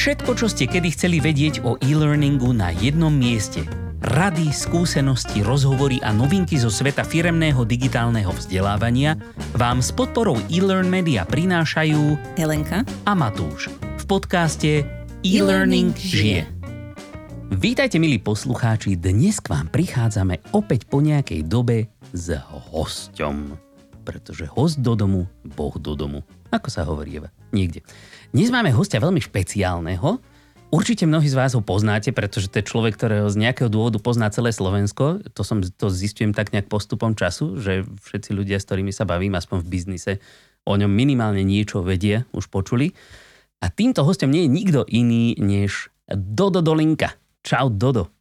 Všetko, čo ste kedy chceli vedieť o e-learningu na jednom mieste. Rady, skúsenosti, rozhovory a novinky zo sveta firemného digitálneho vzdelávania vám s podporou eLearn Media prinášajú Helenka a Matúš v podcaste E-Learning žije. Vítajte, milí poslucháči, dnes k vám prichádzame opäť po nejakej dobe s hosťom. Pretože host do domu, Boh do domu. Ako sa hovorí, niekde. Dnes máme hostia veľmi špeciálneho. Určite mnohí z vás ho poznáte, pretože to je človek, ktorého z nejakého dôvodu pozná celé Slovensko. To zistujem tak nejak postupom času, že všetci ľudia, s ktorými sa bavím, aspoň v biznise, o ňom minimálne niečo vedia, už počuli. A týmto hostom nie je nikto iný, než Dodo Dolinka. Čau, Dodo.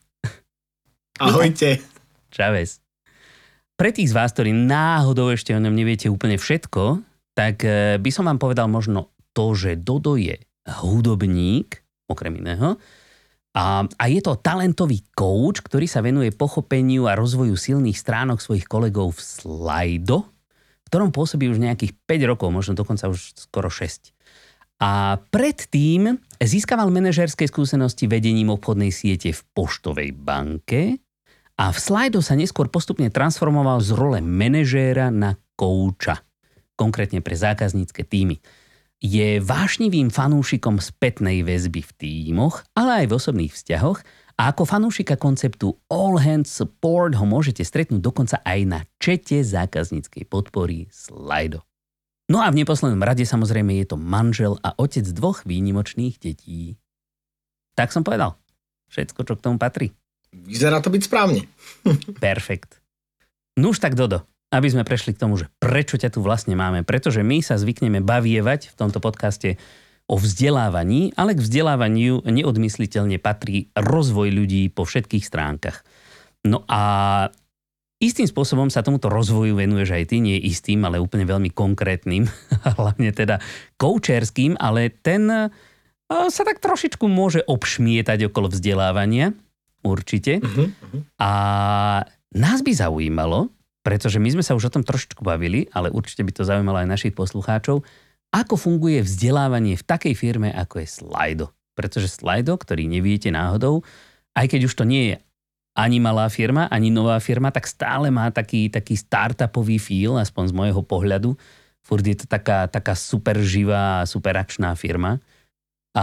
Ahojte. Čaves. Pre tých z vás, ktorí náhodou ešte o ňom neviete úplne všetko, tak by som vám povedal možno to, že Dodo je hudobník, okrem iného, a je to talentový coach, ktorý sa venuje pochopeniu a rozvoju silných stránok svojich kolegov v Slido, v ktorom pôsobí už nejakých 5 rokov, možno dokonca už skoro 6. A predtým získaval manažérske skúsenosti vedením obchodnej siete v poštovej banke a v Slido sa neskôr postupne transformoval z role manažéra na kouča, konkrétne pre zákaznícke týmy. Je vášnivým fanúšikom spätnej väzby v tímoch, ale aj v osobných vzťahoch a ako fanúšika konceptu All Hands Support ho môžete stretnúť dokonca aj na čete zákazníckej podpory Slido. No a v neposlednom rade samozrejme je to manžel a otec 2 výnimočných detí. Tak som povedal. Všetko, čo k tomu patrí. Vyzerá to byť správne. Perfekt. Nuž tak, Dodo, aby sme prešli k tomu, že prečo ťa tu vlastne máme. Pretože my sa zvykneme bavievať v tomto podcaste o vzdelávaní, ale k vzdelávaniu neodmysliteľne patrí rozvoj ľudí po všetkých stránkach. No a istým spôsobom sa tomuto rozvoju venuješ aj ty, nie istým, ale úplne veľmi konkrétnym, hlavne teda koučerským, ale ten sa tak trošičku môže obšmietať okolo vzdelávania, určite. A nás by zaujímalo, pretože my sme sa už o tom trošičku bavili, ale určite by to zaujímalo aj našich poslucháčov, ako funguje vzdelávanie v takej firme, ako je Slido. Pretože Slido, ktorý neviete náhodou, aj keď už to nie je ani malá firma, ani nová firma, tak stále má taký startupový feel, aspoň z môjho pohľadu. Furt je to taká super živá, super akčná firma. A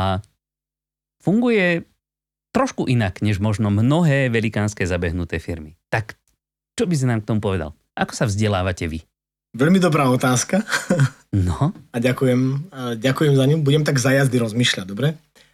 funguje trošku inak, než možno mnohé velikánske zabehnuté firmy. Tak čo by si nám k tomu povedal? Ako sa vzdelávate vy? Veľmi dobrá otázka. No. A ďakujem za ňu. Budem tak za jazdy rozmýšľať, dobre?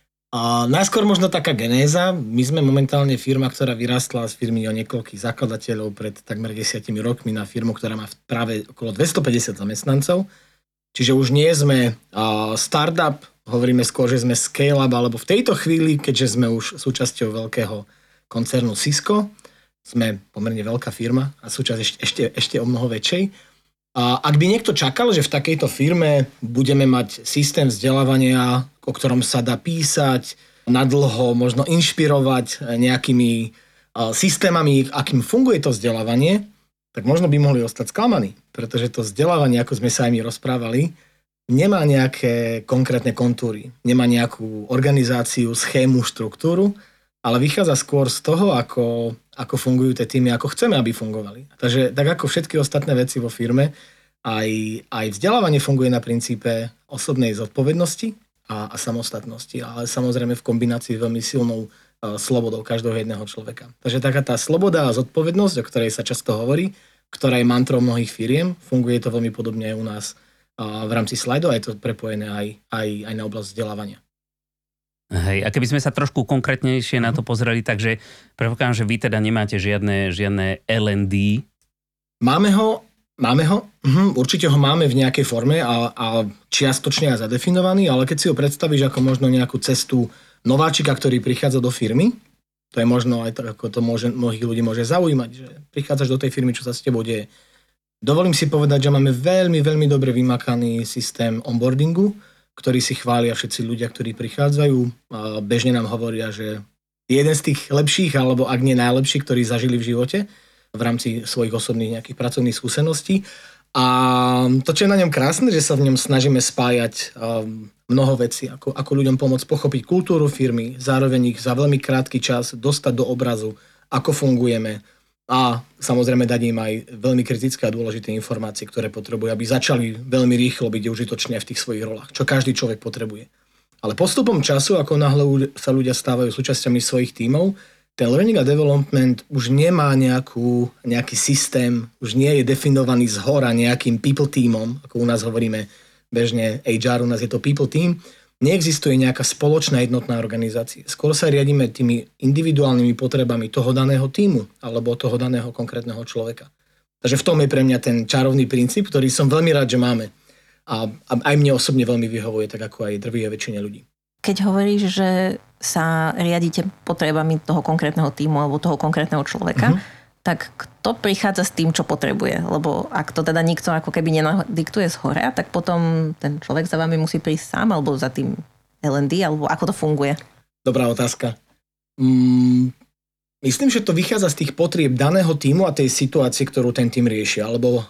A najskôr možno taká genéza. My sme momentálne firma, ktorá vyrastla z firmy o niekoľkých zakladateľov pred takmer 10 rokmi na firmu, ktorá má práve okolo 250 zamestnancov. Čiže už nie sme startup, hovoríme skôr, že sme scale-up, alebo v tejto chvíli, keďže sme už súčasťou veľkého koncernu Cisco, sme pomerne veľká firma a súčasť ešte o mnoho väčšej. A ak by niekto čakal, že v takejto firme budeme mať systém vzdelávania, o ktorom sa dá písať, nadlho možno inšpirovať nejakými systémami, akým funguje to vzdelávanie, tak možno by mohli ostať sklamaní. Pretože to vzdelávanie, ako sme sa aj my rozprávali, nemá nejaké konkrétne kontúry, nemá nejakú organizáciu, schému, štruktúru, ale vychádza skôr z toho, ako fungujú tie týmy, ako chceme, aby fungovali. Takže tak ako všetky ostatné veci vo firme, aj vzdelávanie funguje na princípe osobnej zodpovednosti a samostatnosti, ale samozrejme v kombinácii s veľmi silnou slobodou každého jedného človeka. Takže taká tá sloboda a zodpovednosť, o ktorej sa často hovorí, ktorá je mantrou mnohých firiem, funguje to veľmi podobne aj u nás v rámci Slido a je to prepojené aj na oblasť vzdelávania. Hej, a keby sme sa trošku konkrétnejšie na to pozreli, takže predpokladám, že vy teda nemáte žiadne L&D. Máme ho, určite ho máme v nejakej forme a čiastočne aj zadefinovaný, ale keď si ho predstavíš ako možno nejakú cestu nováčika, ktorý prichádza do firmy, to je možno aj tak, ako to mnohých ľudí môže zaujímať, že prichádzaš do tej firmy, čo sa s tebou deje. Dovolím si povedať, že máme veľmi, veľmi dobre vymakaný systém onboardingu, ktorý si chvália všetci ľudia, ktorí prichádzajú. A bežne nám hovoria, že jeden z tých lepších, alebo ak nie najlepší, ktorí zažili v živote v rámci svojich osobných nejakých pracovných skúseností. A to, čo je na ňom krásne, že sa v ňom snažíme spájať mnoho vecí, ako ľuďom pomôcť pochopiť kultúru firmy, zároveň ich za veľmi krátky čas dostať do obrazu, ako fungujeme a samozrejme dať im aj veľmi kritické a dôležité informácie, ktoré potrebujú, aby začali veľmi rýchlo byť užitočné v tých svojich rolách, čo každý človek potrebuje. Ale postupom času, ako náhle sa ľudia stávajú súčasťami svojich tímov, ten learning a development už nemá nejaký systém, už nie je definovaný zhora nejakým people teamom, ako u nás hovoríme bežne HR, u nás je to people team. Neexistuje nejaká spoločná jednotná organizácia. Skôr sa riadíme tými individuálnymi potrebami toho daného tímu alebo toho daného konkrétneho človeka. Takže v tom je pre mňa ten čarovný princíp, ktorý som veľmi rád, že máme. A aj mne osobne veľmi vyhovuje, tak ako aj drvivej väčšine ľudí. Keď hovoríš, že sa riadite potrebami toho konkrétneho tímu alebo toho konkrétneho človeka, tak kto prichádza s tým, čo potrebuje? Lebo ak to teda nikto ako keby nenadiktuje zhora, tak potom ten človek za vami musí prísť sám alebo za tým L&D, alebo ako to funguje? Dobrá otázka. Myslím, že to vychádza z tých potrieb daného tímu a tej situácie, ktorú ten tím rieši, alebo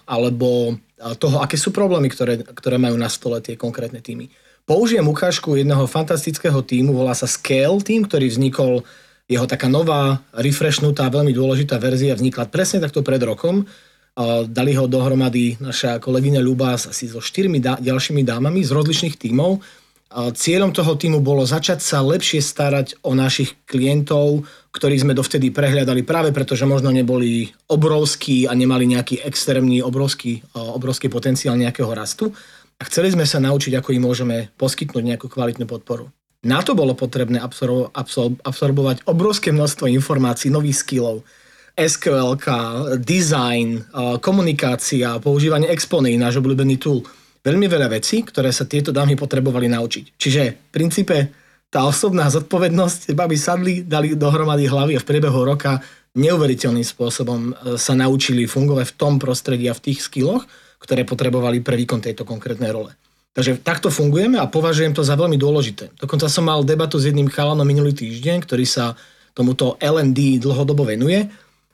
toho, aké sú problémy, ktoré majú na stole tie konkrétne tímy. Použijem ukážku jedného fantastického tímu, volá sa Scale Team, ktorý vznikol, jeho taká nová, refreshnutá, veľmi dôležitá verzia vznikla presne takto pred rokom. Dali ho dohromady naša kolegyňa Ľuba asi so 4 ďalšími dámami z rozličných tímov. Cieľom toho tímu bolo začať sa lepšie starať o našich klientov, ktorých sme dovtedy prehľadali práve preto, že možno neboli obrovskí a nemali nejaký extrémny obrovský potenciál nejakého rastu. A chceli sme sa naučiť, ako im môžeme poskytnúť nejakú kvalitnú podporu. Na to bolo potrebné absorbovať obrovské množstvo informácií, nových skillov, SQL, design, komunikácia, používanie Exponent, náš obľúbený tool. Veľmi veľa vecí, ktoré sa tieto dámy potrebovali naučiť. Čiže v princípe tá osobná zodpovednosť, babi sadli, dali dohromady hlavy a v priebehu roka neuveriteľným spôsobom sa naučili fungovať v tom prostredí a v tých skilloch, ktoré potrebovali pre výkon tejto konkrétnej role. Takže takto fungujeme a považujem to za veľmi dôležité. Dokonca som mal debatu s jedným chalanom minulý týždeň, ktorý sa tomuto L&D dlhodobo venuje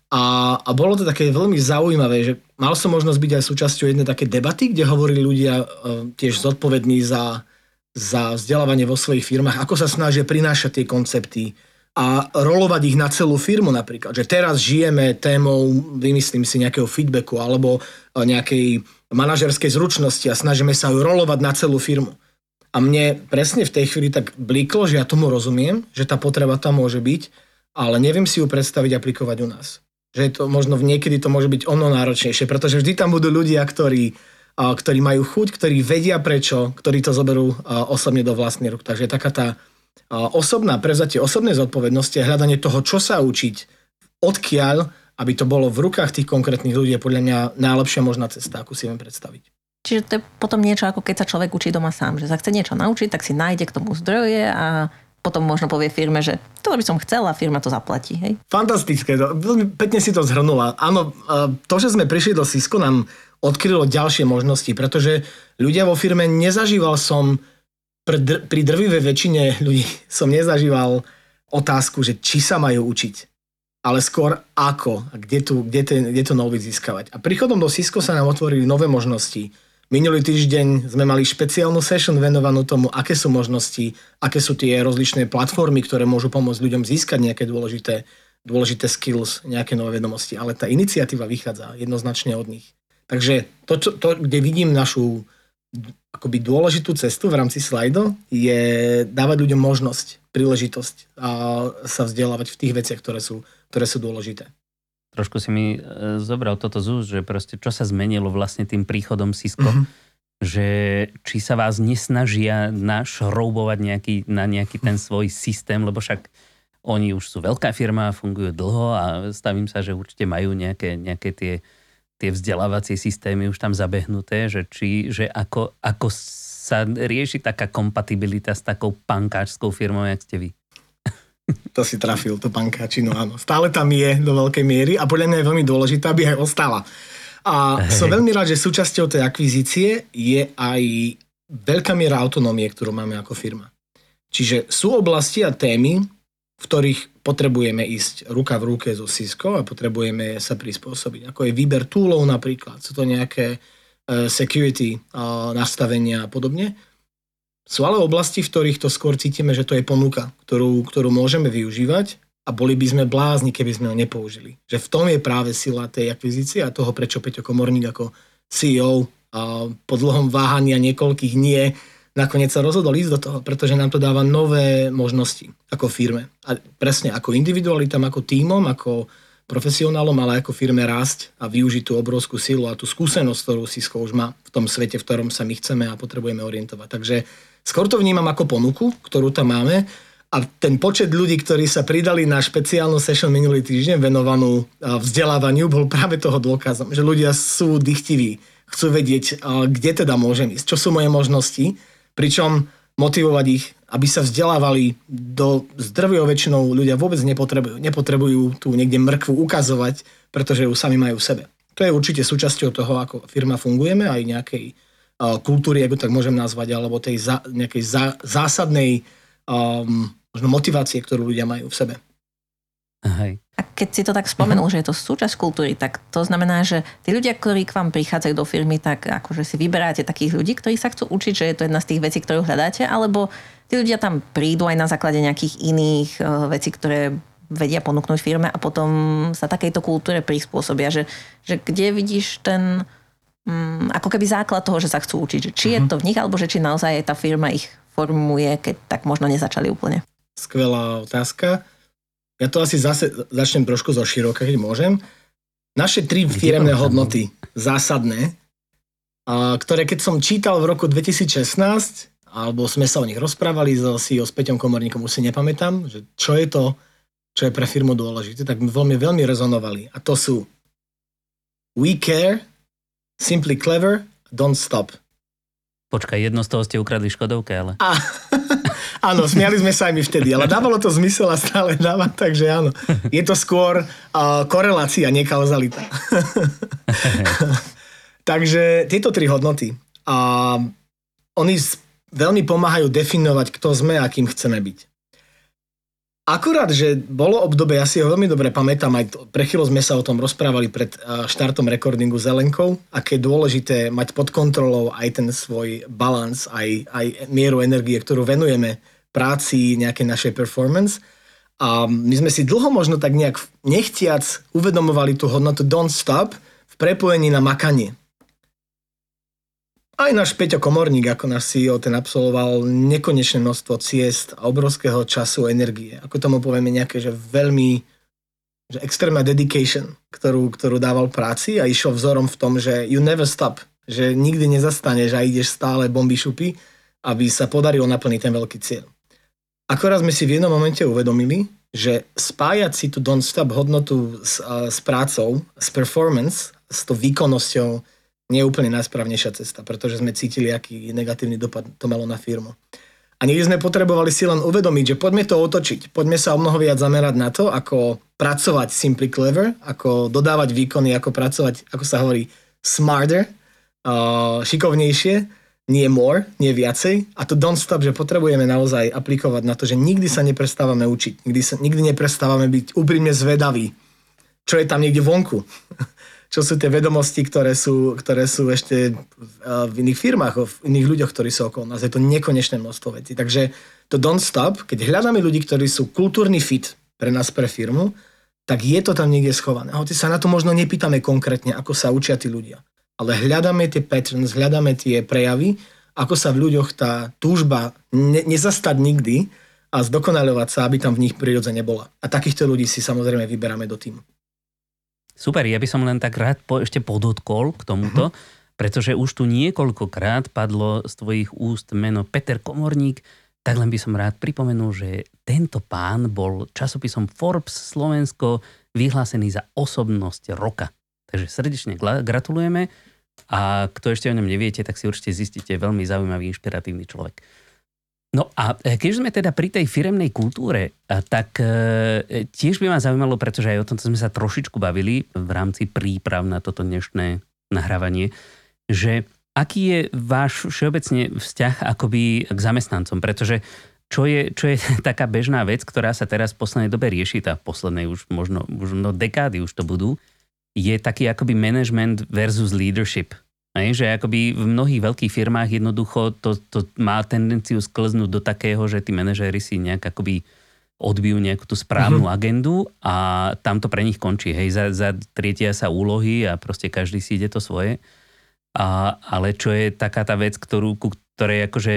a bolo to také veľmi zaujímavé, že mal som možnosť byť aj súčasťou jednej také debaty, kde hovorili ľudia tiež zodpovední za vzdelávanie vo svojich firmách, ako sa snažia prinášať tie koncepty a rolovať ich na celú firmu napríklad. Že teraz žijeme témou, vymyslím si, nejakého feedbacku alebo nejakej manažerskej zručnosti a snažíme sa ju rolovať na celú firmu. A mne presne v tej chvíli tak bliklo, že ja tomu rozumiem, že tá potreba tam môže byť, ale neviem si ju predstaviť aplikovať u nás. Že to možno niekedy to môže byť ono náročnejšie, pretože vždy tam budú ľudia, ktorí majú chuť, ktorí vedia prečo, ktorí to zoberú osobne do vlastných rúk. Takže taká tá prevzatie osobnej zodpovednosti a hľadanie toho, čo sa učiť, odkiaľ, aby to bolo v rukách tých konkrétnych ľudí, je podľa mňa najlepšia možná cesta, ako si viem predstaviť. Čiže to je potom niečo, ako keď sa človek učí doma sám, že sa chce niečo naučiť, tak si nájde k tomu zdroje a potom možno povie firme, že to by som chcela a firma to zaplatí. Hej? Fantastické, veľmi pekne si to zhrnula. Áno, to, že sme prišli do Cisco, nám odkrylo ďalšie možnosti, pretože ľudia vo firme nezažíval som pri drvivej väčšine ľudí som nezažíval otázku, že či sa majú učiť, ale skôr ako a kde to nový získavať. A príchodom do Cisco sa nám otvorili nové možnosti. Minulý týždeň sme mali špeciálnu session venovanú tomu, aké sú možnosti, aké sú tie rozličné platformy, ktoré môžu pomôcť ľuďom získať nejaké dôležité skills, nejaké nové vedomosti. Ale tá iniciatíva vychádza jednoznačne od nich. Takže to kde vidím našu akoby dôležitú cestu v rámci Slido, je dávať ľuďom možnosť, príležitosť a sa vzdelávať v tých veciach, ktoré sú dôležité. Trošku si mi zobral toto z úst, že proste čo sa zmenilo vlastne tým príchodom Cisco, že či sa vás nesnažia našroubovať na nejaký ten svoj systém, lebo však oni už sú veľká firma, fungujú dlho a stavím sa, že určite majú nejaké tie vzdelávacie systémy už tam zabehnuté, že ako sa rieši taká kompatibilita s takou pankáčskou firmou, jak ste vy. To si trafil, to pankáčino, áno. Stále tam je do veľkej miery a podľa mňa je veľmi dôležité, aby aj ostala. A som veľmi rád, že súčasťou tej akvizície je aj veľká miera autonómie, ktorú máme ako firma. Čiže sú oblasti a témy, v ktorých potrebujeme ísť ruka v ruke so Cisco a potrebujeme sa prispôsobiť. Ako je výber toolov napríklad. Sú to nejaké security nastavenia a podobne. Sú ale oblasti, v ktorých to skôr cítime, že to je ponuka, ktorú môžeme využívať a boli by sme blázni, keby sme ho nepoužili. Že v tom je práve sila tej akvizície a toho, prečo Peťo Komorník ako CEO po dlhom váhaní a niekoľkých nie nakoniec sa rozhodol ísť do toho, pretože nám to dáva nové možnosti ako firme. A presne ako individualitam, ako tímom, ako profesionálom, ale ako firme rásť a využiť tú obrovskú silu a tú skúsenosť, ktorú Cisco už má v tom svete, v ktorom sa my chceme a potrebujeme orientovať. Takže skôr to vnímam ako ponuku, ktorú tam máme a ten počet ľudí, ktorí sa pridali na špeciálnu session minulý týždeň venovanú vzdelávaniu, bol práve toho dôkazom, že ľudia sú dychtiví, chcú vedieť, kde teda môžem ísť, čo sú moje možnosti, pričom motivovať ich, aby sa vzdelávali do zdrvého väčšinou ľudia vôbec nepotrebujú tu niekde mrkvu ukazovať, pretože ju sami majú v sebe. To je určite súčasťou toho, ako firma fungujeme, aj nejakej kultúry, ako tak môžem nazvať, alebo tej nejakej zásadnej možno motivácie, ktorú ľudia majú v sebe. Hej. A keď si to tak spomenul, že je to súčasť kultúry, tak to znamená, že tí ľudia, ktorí k vám prichádzajú do firmy, tak akože si vyberáte takých ľudí, ktorí sa chcú učiť, že je to jedna z tých vecí, ktorú hľadáte, alebo tí ľudia tam prídu aj na základe nejakých iných vecí, ktoré vedia ponúknuť firme a potom sa takejto kultúre prispôsobia, že kde vidíš ten ako keby základ toho, že sa chcú učiť, že či je to v nich, alebo že či naozaj tá firma ich formuje, keď tak možno nezačali úplne. Skvelá otázka. Ja to asi zase začnem trošku zo široka, keď môžem. Naše 3 firemné hodnoty, zásadné, ktoré keď som čítal v roku 2016, alebo sme sa o nich rozprávali so CEO s Peťom Komorníkom, už si nepamätám, že čo je to, čo je pre firmu dôležité, tak mi veľmi rezonovali. A to sú We care, Simply clever, don't stop. Počkaj, jedno z toho ste ukradli Škodovke, ale... Áno, smiali sme sa aj my vtedy, ale dávalo to zmysel a stále dáva, takže áno. Je to skôr korelácia, nie kauzalita. Takže tieto 3 hodnoty, oni veľmi pomáhajú definovať, kto sme a kým chceme byť. Akurát, že bolo obdobie, ja si ho veľmi dobre pamätám, aj pre chvíľu sme sa o tom rozprávali pred štartom recordingu s Elenkou, aké je dôležité mať pod kontrolou aj ten svoj balans, aj mieru energie, ktorú venujeme práci, nejakej našej performance. A my sme si dlho možno tak nejak nechtiac uvedomovali tú hodnotu don't stop v prepojení na makanie. Aj náš Peťo Komorník, ako náš CEO, ten absolvoval nekonečné množstvo ciest a obrovského času a energie. Ako tomu povieme nejaké, že veľmi že extrémna dedication, ktorú dával práci a išiel vzorom v tom, že you never stop, že nikdy nezastaneš a ideš stále bomby šupy, aby sa podarilo naplniť ten veľký cieľ. Akorát sme si v jednom momente uvedomili, že spájať si tú don't stop hodnotu s prácou, s performance, s tou výkonnosťou nie je úplne najsprávnejšia cesta, pretože sme cítili, aký negatívny dopad to malo na firmu. A niekde sme potrebovali si len uvedomiť, že poďme to otočiť, poďme sa o mnoho viac zamerať na to, ako pracovať simply clever, ako dodávať výkony, ako pracovať, ako sa hovorí, smarter, šikovnejšie, nie more, nie viacej. A to don't stop, že potrebujeme naozaj aplikovať na to, že nikdy sa neprestávame učiť, nikdy neprestávame byť úprimne zvedaví, čo je tam niekde vonku. Čo sú tie vedomosti, ktoré sú ešte v iných firmách, v iných ľuďoch, ktorí sú okolo nás. Je to nekonečné množstvo vecí. Takže to don't stop, keď hľadáme ľudí, ktorí sú kultúrny fit pre nás, pre firmu, tak je to tam niekde schované. Hoci sa na to možno nepýtame konkrétne, ako sa učia tí ľudia. Ale hľadáme tie patterns, hľadáme tie prejavy, ako sa v ľuďoch tá túžba nezastať nikdy a zdokonaľovať sa, aby tam v nich prirodzene bola. A takýchto ľudí si samozrejme vyberáme do týmu. Super, ja by som len tak rád ešte podotkol k tomuto, pretože už tu niekoľkokrát padlo z tvojich úst meno Peter Komorník, tak len by som rád pripomenul, že tento pán bol časopisom Forbes Slovensko vyhlásený za osobnosť roka. Takže srdečne gratulujeme a kto ešte o ňom neviete, tak si určite zistíte, veľmi zaujímavý, inšpiratívny človek. No a keď sme teda pri tej firemnej kultúre, tak tiež by ma zaujímalo, pretože aj o tomto sme sa trošičku bavili v rámci príprav na toto dnešné nahrávanie, že aký je váš všeobecne vzťah akoby k zamestnancom, pretože čo je taká bežná vec, ktorá sa teraz v poslednej dobe rieši, tá poslednej už možno dekády už to budú, je taký akoby management versus leadership. Že akoby v mnohých veľkých firmách jednoducho to má tendenciu sklznúť do takého, že tí manažéri si nejak akoby odbijú nejakú tú správnu agendu a tam to pre nich končí. Hej, zatrietia sa úlohy a proste každý si ide to svoje. Ale čo je taká tá vec, ku ktorej akože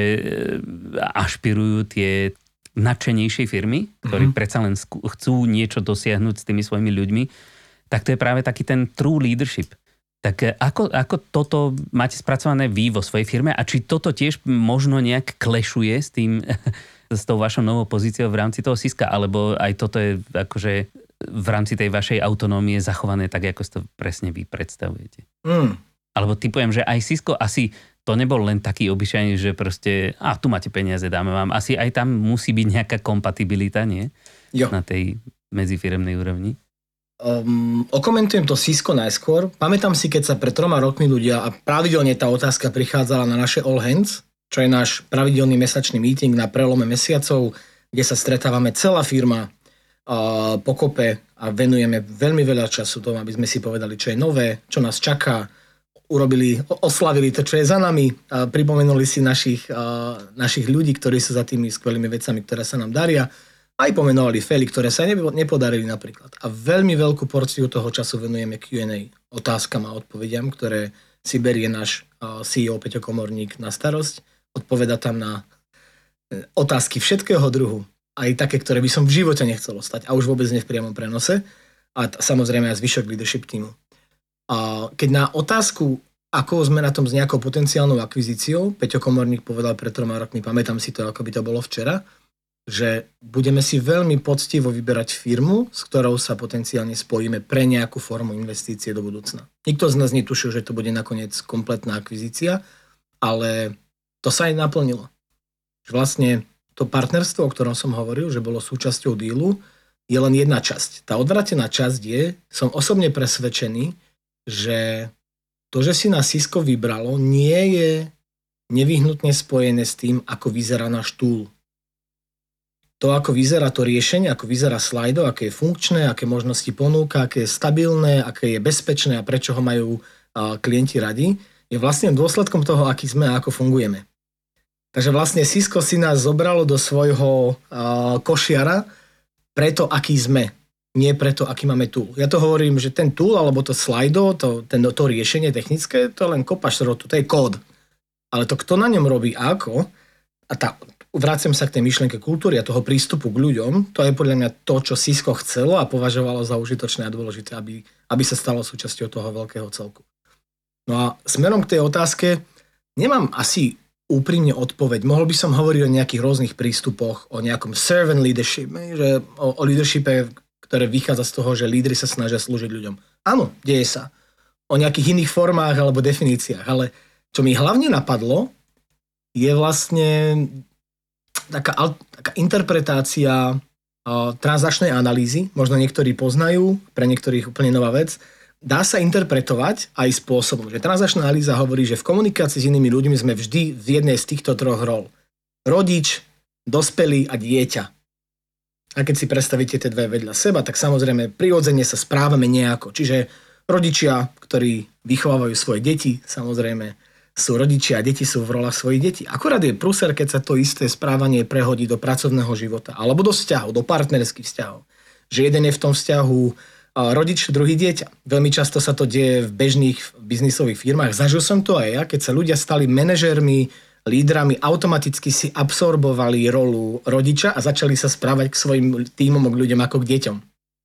ašpirujú tie nadšenejšie firmy, ktorí predsa len chcú niečo dosiahnuť s tými svojimi ľuďmi, tak to je práve taký ten true leadership. Tak ako toto máte spracované vy vo svojej firme a či toto tiež možno nejak klešuje s tou vašou novou pozíciou v rámci toho Siska, alebo aj toto je akože v rámci tej vašej autonómie zachované tak, ako si to presne vy predstavujete? Alebo typujem, že aj Cisco asi to nebol len taký obyčajný, že proste tu máte peniaze, dáme vám. Asi aj tam musí byť nejaká kompatibilita, nie? Jo. Na tej medzifiremnej úrovni. Okomentujem to Cisco najskôr. Pamätám si, keď sa pred 3 rokmi ľudia a pravidelne tá otázka prichádzala na naše All Hands, čo je náš pravidelný mesačný meeting na prelome mesiacov, kde sa stretávame celá firma pokope a venujeme veľmi veľa času tomu, aby sme si povedali, čo je nové, čo nás čaká, oslavili to, čo je za nami, pripomenuli si našich ľudí, ktorí sú za tými skvelými vecami, ktoré sa nám daria. Aj pomenovali faily, ktoré sa nepodarili napríklad. A veľmi veľkú porciu toho času venujeme Q&A, otázkam a odpovediam, ktoré si berie náš CEO Peťo Komorník na starosť. Odpoveda tam na otázky všetkého druhu. Aj také, ktoré by som v živote nechcel ostať. A už vôbec nie v priamom prenose. A samozrejme aj zvyšok leadership týmu. A keď na otázku, ako sme na tom s nejakou potenciálnou akvizíciou, Peťo Komorník povedal pred 3 rokmi, pamätám si to, ako by to bolo včera, že budeme si veľmi poctivo vyberať firmu, s ktorou sa potenciálne spojíme pre nejakú formu investície do budúcna. Nikto z nás netušil, že to bude nakoniec kompletná akvizícia, ale to sa aj naplnilo. Vlastne to partnerstvo, o ktorom som hovoril, že bolo súčasťou dílu, je len jedna časť. Tá odvrátená časť je, som osobne presvedčený, že to, že si nás Cisco vybralo, nie je nevyhnutne spojené s tým, ako vyzerá náš tool. To, ako vyzerá to riešenie, ako vyzerá slajdo, aké je funkčné, aké možnosti ponúka, aké je stabilné, aké je bezpečné a prečo ho majú klienti radi, je vlastne dôsledkom toho, aký sme a ako fungujeme. Takže vlastne Cisco si nás zobralo do svojho košiara preto, aký sme, nie preto, aký máme tool. Ja to hovorím, že ten tool, alebo to slajdo, to riešenie technické, to je len kopa šrotu, to je kód. Ale to, kto na ňom robí ako, vracem sa k tej myšlienke kultúry a toho prístupu k ľuďom, to je podľa mňa to, čo Cisco chcelo a považovalo za užitočné a dôležité, aby sa stalo súčasťou toho veľkého celku. No a smerom k tej otázke nemám asi úprimne odpoveď. Mohol by som hovoriť o nejakých rôznych prístupoch, o nejakom servant leadership, že o leadershipe, ktoré vychádza z toho, že lídri sa snažia slúžiť ľuďom. Áno, deje sa. O nejakých iných formách alebo definíciách, ale čo mi hlavne napadlo, je vlastne taká interpretácia transakčnej analýzy, možno niektorí poznajú, pre niektorých úplne nová vec, dá sa interpretovať aj spôsobom, že transakčná analýza hovorí, že v komunikácii s inými ľuďmi sme vždy v jednej z týchto 3 rol. Rodič, dospelý a dieťa. A keď si predstavíte tie dve vedľa seba, tak samozrejme prirodzene sa správame nejako. Čiže rodičia, ktorí vychovávajú svoje deti, samozrejme sú rodičia a deti sú v rolách svojich detí. Akurát je prúser, keď sa to isté správanie prehodí do pracovného života alebo do vzťahov, do partnerských vzťahov. Že jeden je v tom vzťahu rodič, druhý dieťa. Veľmi často sa to deje v bežných biznisových firmách. Zažil som to aj ja, keď sa ľudia stali manažérmi, lídrami, automaticky si absorbovali rolu rodiča a začali sa správať k svojim tímom, k ľuďom ako k deťom.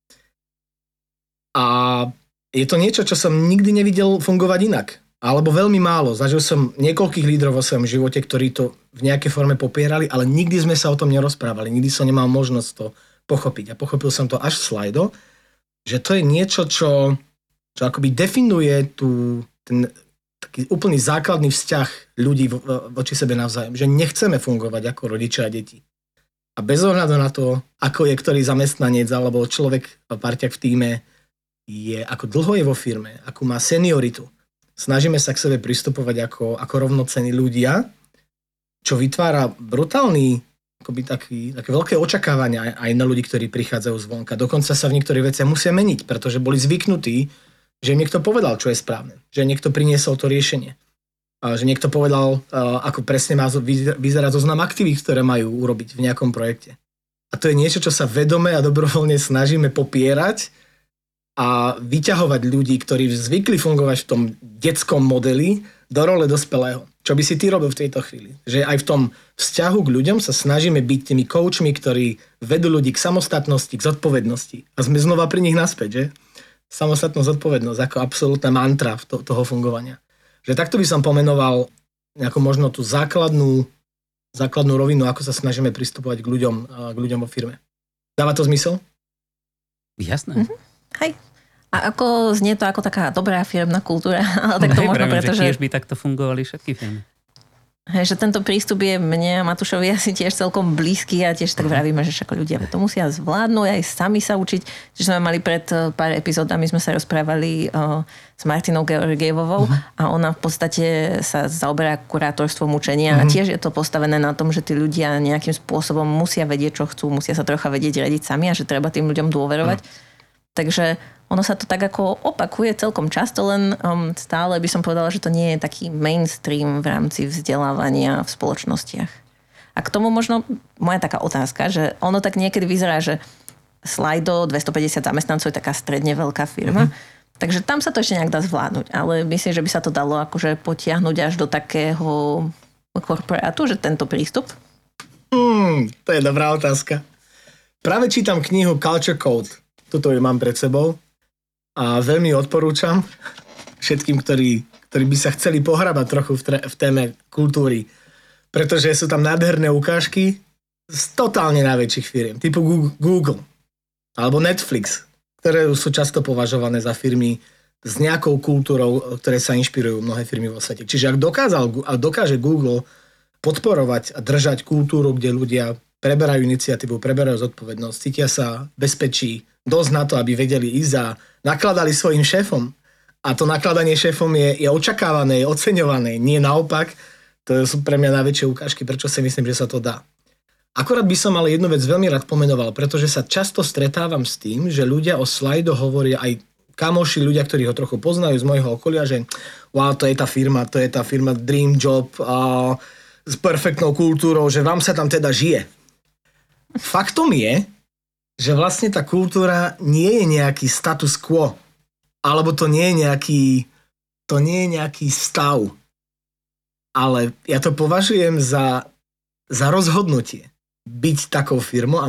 A je to niečo, čo som nikdy nevidel fungovať inak. Alebo veľmi málo. Zažil som niekoľkých lídrov vo svojom živote, ktorí to v nejakej forme popierali, ale nikdy sme sa o tom nerozprávali. Nikdy som nemal možnosť to pochopiť. A pochopil som to až v slajdo, že to je niečo, čo akoby definuje ten taký úplný základný vzťah ľudí voči sebe navzájom. Že nechceme fungovať ako rodičia a deti. A bez ohľadu na to, ako je ktorý zamestnanec alebo človek, parťak v tíme, ako dlho je vo firme, akú má senioritu. Snažíme sa k sebe pristupovať ako rovnocenní ľudia, čo vytvára brutálny, akoby také veľké očakávania aj na ľudí, ktorí prichádzajú zvonka. Dokonca sa v niektorých veciach musia meniť, pretože boli zvyknutí, Že im niekto povedal, čo je správne. Že niekto priniesol to riešenie. A že niekto povedal, ako presne má vyzerať zoznam aktivít, ktoré majú urobiť v nejakom projekte. A to je niečo, čo sa vedome a dobrovoľne snažíme popierať a vyťahovať ľudí, ktorí zvykli fungovať v tom detskom modeli do role dospelého. Čo by si ty robil v tejto chvíli? Že aj v tom vzťahu k ľuďom sa snažíme byť tými coachmi, ktorí vedú ľudí k samostatnosti, k zodpovednosti. A sme znova pri nich naspäť, že? Samostatnosť, zodpovednosť ako absolútna mantra toho fungovania. Že takto by som pomenoval nejakú možno tú základnú rovinu, ako sa snažíme pristupovať k ľuďom vo firme. Dáva to zmysel? Jasné. Hej. A ako znie to ako taká dobrá firmná kultúra, ale tak to možno preto, že... Tiež by takto fungovali všetky firmy. Hej, že tento prístup je mne a Matúšovi asi tiež celkom blízky a tiež tak vravíme, že však ľudia to musia zvládnuť aj sami sa učiť. Čiže sme mali pred pár epizódami, sme sa rozprávali s Martinou Georgievovou a ona v podstate sa zaoberá kurátorstvom učenia a tiež je to postavené na tom, že tí ľudia nejakým spôsobom musia vedieť, čo chcú, musia sa trocha vedieť riadiť sami a že treba tým ľuďom dôverovať. Takže ono sa to tak ako opakuje celkom často, len stále by som povedala, že to nie je taký mainstream v rámci vzdelávania v spoločnostiach. A k tomu možno moja taká otázka, že ono tak niekedy vyzerá, že Slido, 250 zamestnancov je taká stredne veľká firma, takže tam sa to ešte nejak dá zvládnuť, ale myslím, že by sa to dalo akože potiahnuť až do takého korporátu, že tento prístup? To je dobrá otázka. Práve čítam knihu Culture Code. Tuto ju mám pred sebou. A veľmi odporúčam všetkým, ktorí by sa chceli pohrabať trochu v téme kultúry. Pretože sú tam nádherné ukážky z totálne najväčších firiem, typu Google alebo Netflix, ktoré sú často považované za firmy s nejakou kultúrou, ktoré sa inšpirujú mnohé firmy vo svete. Čiže ak dokáže Google podporovať a držať kultúru, kde ľudia preberajú iniciatívu, preberajú zodpovednosť, cítia sa bezpečí, dosť na to, aby vedeli ísť a nakladali svojim šéfom. A to nakladanie šéfom je očakávané, je oceňované. Nie naopak. To sú pre mňa najväčšie ukážky, prečo si myslím, že sa to dá. Akorát by som ale jednu vec veľmi rád pomenoval, pretože sa často stretávam s tým, že ľudia o Slido hovoria aj kamoši, ľudia, ktorí ho trochu poznajú z môjho okolia, že wow, to je tá firma Dream Job s perfektnou kultúrou, že vám sa tam teda žije. Faktom je, že vlastne tá kultúra nie je nejaký status quo, alebo to nie je nejaký stav. Ale ja to považujem za rozhodnutie byť takou firmou a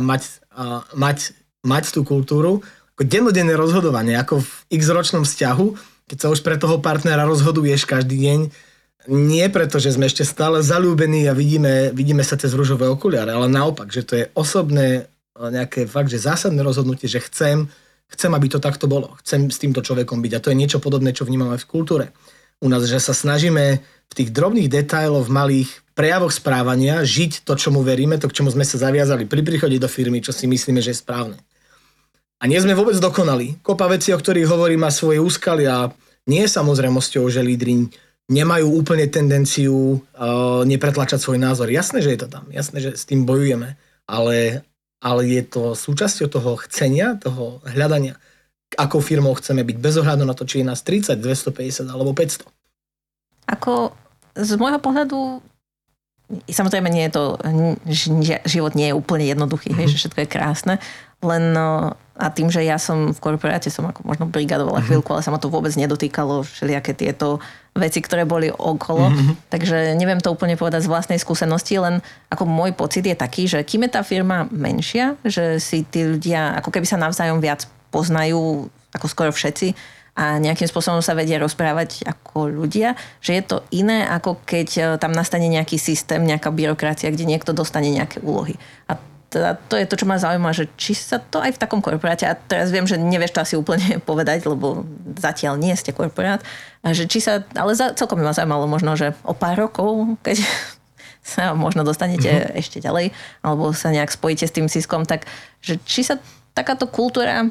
mať tú kultúru ako dennodenné rozhodovanie, ako v x-ročnom vzťahu, keď sa už pre toho partnera rozhoduješ každý deň, nie preto, že sme ešte stále zaľúbení a vidíme sa cez ružové okuliare, ale naopak, že to je osobné nejaké fakt, že zásadné rozhodnutie, že chcem, aby to takto bolo. Chcem s týmto človekom byť. A to je niečo podobné, čo vnímame v kultúre. U nás, že sa snažíme v tých drobných detailoch, v malých prejavoch správania žiť to, čomu veríme, to, k čomu sme sa zaviazali pri príchode do firmy, čo si myslíme, že je správne. A nie sme vôbec dokonali. Kopa vecí, o ktorých hovorím, má svoje úskalia. Nie je samozrejmosťou, že lídri nemajú úplne tendenciu nepretlačať svoj názor. Jasné, že je to tam. Jasné, že s tým bojujeme. Ale je to súčasťou toho chcenia, toho hľadania, akou firmou chceme byť, bez ohľadu na to, či je nás 30, 250 alebo 500. Ako z môjho pohľadu, samozrejme nie je to, život nie je úplne jednoduchý, že všetko je krásne, len a tým, že ja som v korporáte, som ako možno brigadovala chvíľku, ale sa ma to vôbec nedotýkalo, všelijaké tieto veci, ktoré boli okolo. Takže neviem to úplne povedať z vlastnej skúsenosti, len ako môj pocit je taký, že kým je tá firma menšia, že si tí ľudia ako keby sa navzájom viac poznajú, ako skoro všetci, a nejakým spôsobom sa vedia rozprávať ako ľudia, že je to iné, ako keď tam nastane nejaký systém, nejaká byrokracia, kde niekto dostane nejaké úlohy. A teda to je to, čo ma zaujíma, že či sa to aj v takom korporáte, a teraz viem, že nevieš to asi úplne povedať, lebo zatiaľ nie ste korporát, že či sa, ale celkom by ma zaujímalo možno, že o pár rokov, keď sa možno dostanete ešte ďalej, alebo sa nejak spojíte s tým Siskom, tak že či sa takáto kultúra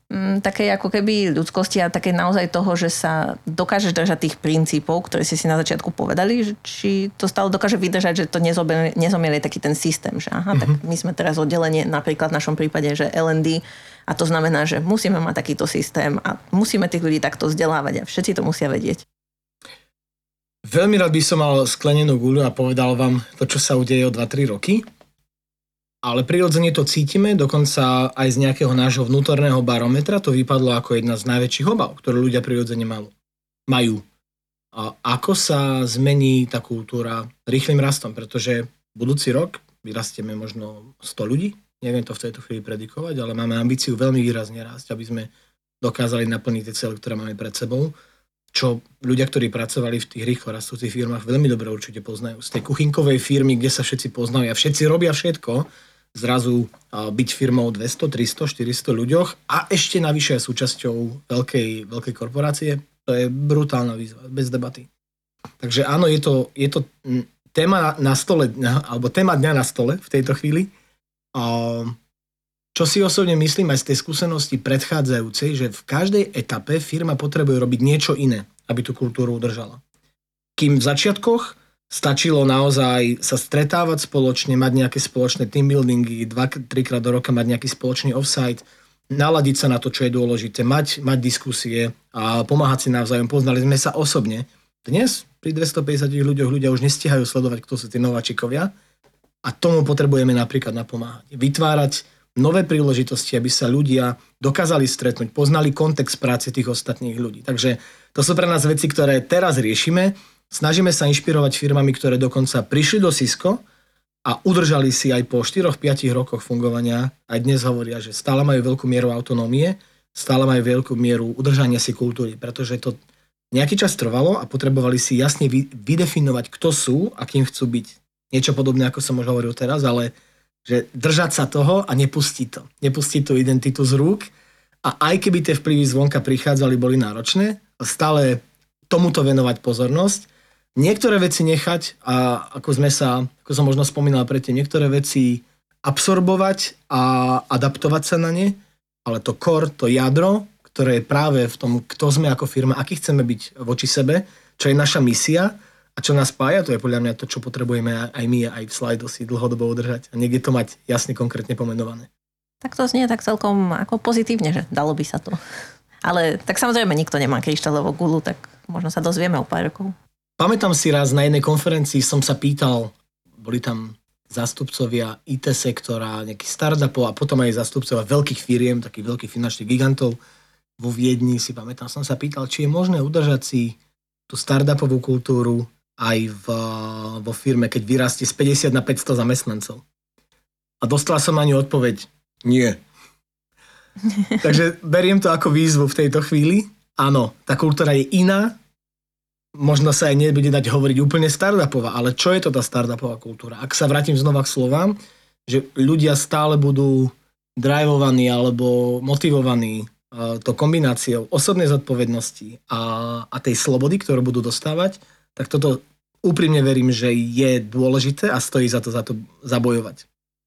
takej ako keby ľudskosti a takej naozaj toho, že sa dokážeš držať tých princípov, ktoré si na začiatku povedali, že či to stále dokáže vydržať, že to nezomielie taký ten systém, že aha, tak my sme teraz oddelenie, napríklad v našom prípade, že L&D, a to znamená, že musíme mať takýto systém a musíme tých ľudí takto vzdelávať a všetci to musia vedieť. Veľmi rád by som mal sklenenú guľu a povedal vám to, čo sa udeje o 2-3 roky. Ale prirodzene to cítime, dokonca aj z nejakého nášho vnútorného barometra to vypadlo ako jedna z najväčších obav, ktoré ľudia prirodzene majú. A ako sa zmení tá kultúra rýchlym rastom, pretože budúci rok vyrastieme možno 100 ľudí, neviem to v tejto chvíli predikovať, ale máme ambíciu veľmi výrazne rásť, aby sme dokázali naplniť tie cieľe, ktoré máme pred sebou, čo ľudia, ktorí pracovali v tých rýchlo rastúcich firmách, veľmi dobre určite poznajú. Z tej kuchynkovej firmy, kde sa všetci poznajú a všetci robia všetko, zrazu byť firmou 200, 300, 400 ľuďoch a ešte navyše súčasťou veľkej korporácie, to je brutálna výzva, bez debaty. Takže áno, je to téma na stole, alebo téma dňa na stole v tejto chvíli. Čo si osobne myslím aj z tej skúsenosti predchádzajúcej, že v každej etape firma potrebuje robiť niečo iné, aby tú kultúru udržala. Kým v začiatkoch stačilo naozaj sa stretávať spoločne, mať nejaké spoločné team buildingy, 2-3 krát do roka mať nejaký spoločný offsite, naladiť sa na to, čo je dôležité, mať diskusie a pomáhať si navzájom. Poznali sme sa osobne. Dnes pri 250 ľudia už nestihajú sledovať, kto sú tí nováčikovia a tomu potrebujeme napríklad napomáhať. Vytvárať nové príležitosti, aby sa ľudia dokázali stretnúť, poznali kontext práce tých ostatných ľudí. Takže to sú pre nás veci, ktoré teraz riešime. Snažíme sa inšpirovať firmami, ktoré dokonca prišli do Cisco a udržali si aj po 4-5 rokoch fungovania. Aj dnes hovoria, že stále majú veľkú mieru autonómie, stále majú veľkú mieru udržania si kultúry, pretože to nejaký čas trvalo a potrebovali si jasne vydefinovať, kto sú a kým chcú byť. Niečo podobné, ako som už hovoril teraz, ale že držať sa toho a nepustiť to. Nepustiť tú identitu z rúk a aj keby tie vplyvy zvonka prichádzali, boli náročné, stále tomuto venovať pozornosť. Niektoré veci nechať a ako som možno spomínal predtým, niektoré veci absorbovať a adaptovať sa na ne, ale to core, to jadro, ktoré je práve v tom, kto sme ako firma, aký chceme byť voči sebe, čo je naša misia a čo nás spája, to je podľa mňa to, čo potrebujeme aj my, aj v Slido si dlhodobo udržať a niekde to mať jasne, konkrétne pomenované. Tak to znie tak celkom ako pozitívne, že dalo by sa to. Ale tak samozrejme nikto nemá kryštáľovú guľu, tak možno sa dozvieme o pár rokov. Pamätám si raz na jednej konferencii som sa pýtal, boli tam zástupcovia IT sektora, nejakých startupov a potom aj zástupcovia veľkých firiem, takých veľkých finančných gigantov vo Viedni. Si pamätám, som sa pýtal, či je možné udržať si tú startupovú kultúru aj vo firme, keď vyrastie z 50 na 500 zamestnancov. A dostala som na ňu odpoveď, nie. Takže beriem to ako výzvu v tejto chvíli. Áno, tá kultúra je iná, možno sa aj nebude dať hovoriť úplne startupová, ale čo je to tá startupová kultúra? Ak sa vrátim znova k slovám, že ľudia stále budú drivovaní alebo motivovaní to kombináciou osobnej zodpovednosti a tej slobody, ktorú budú dostávať, tak toto úprimne verím, že je dôležité a stojí za to zabojovať.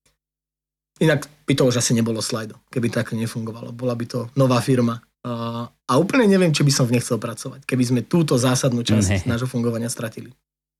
Inak by to už asi nebolo Slido, keby tak nefungovalo. Bola by to nová firma. A úplne neviem, či by som v nej chcel pracovať, keby sme túto zásadnú časť nášho fungovania stratili.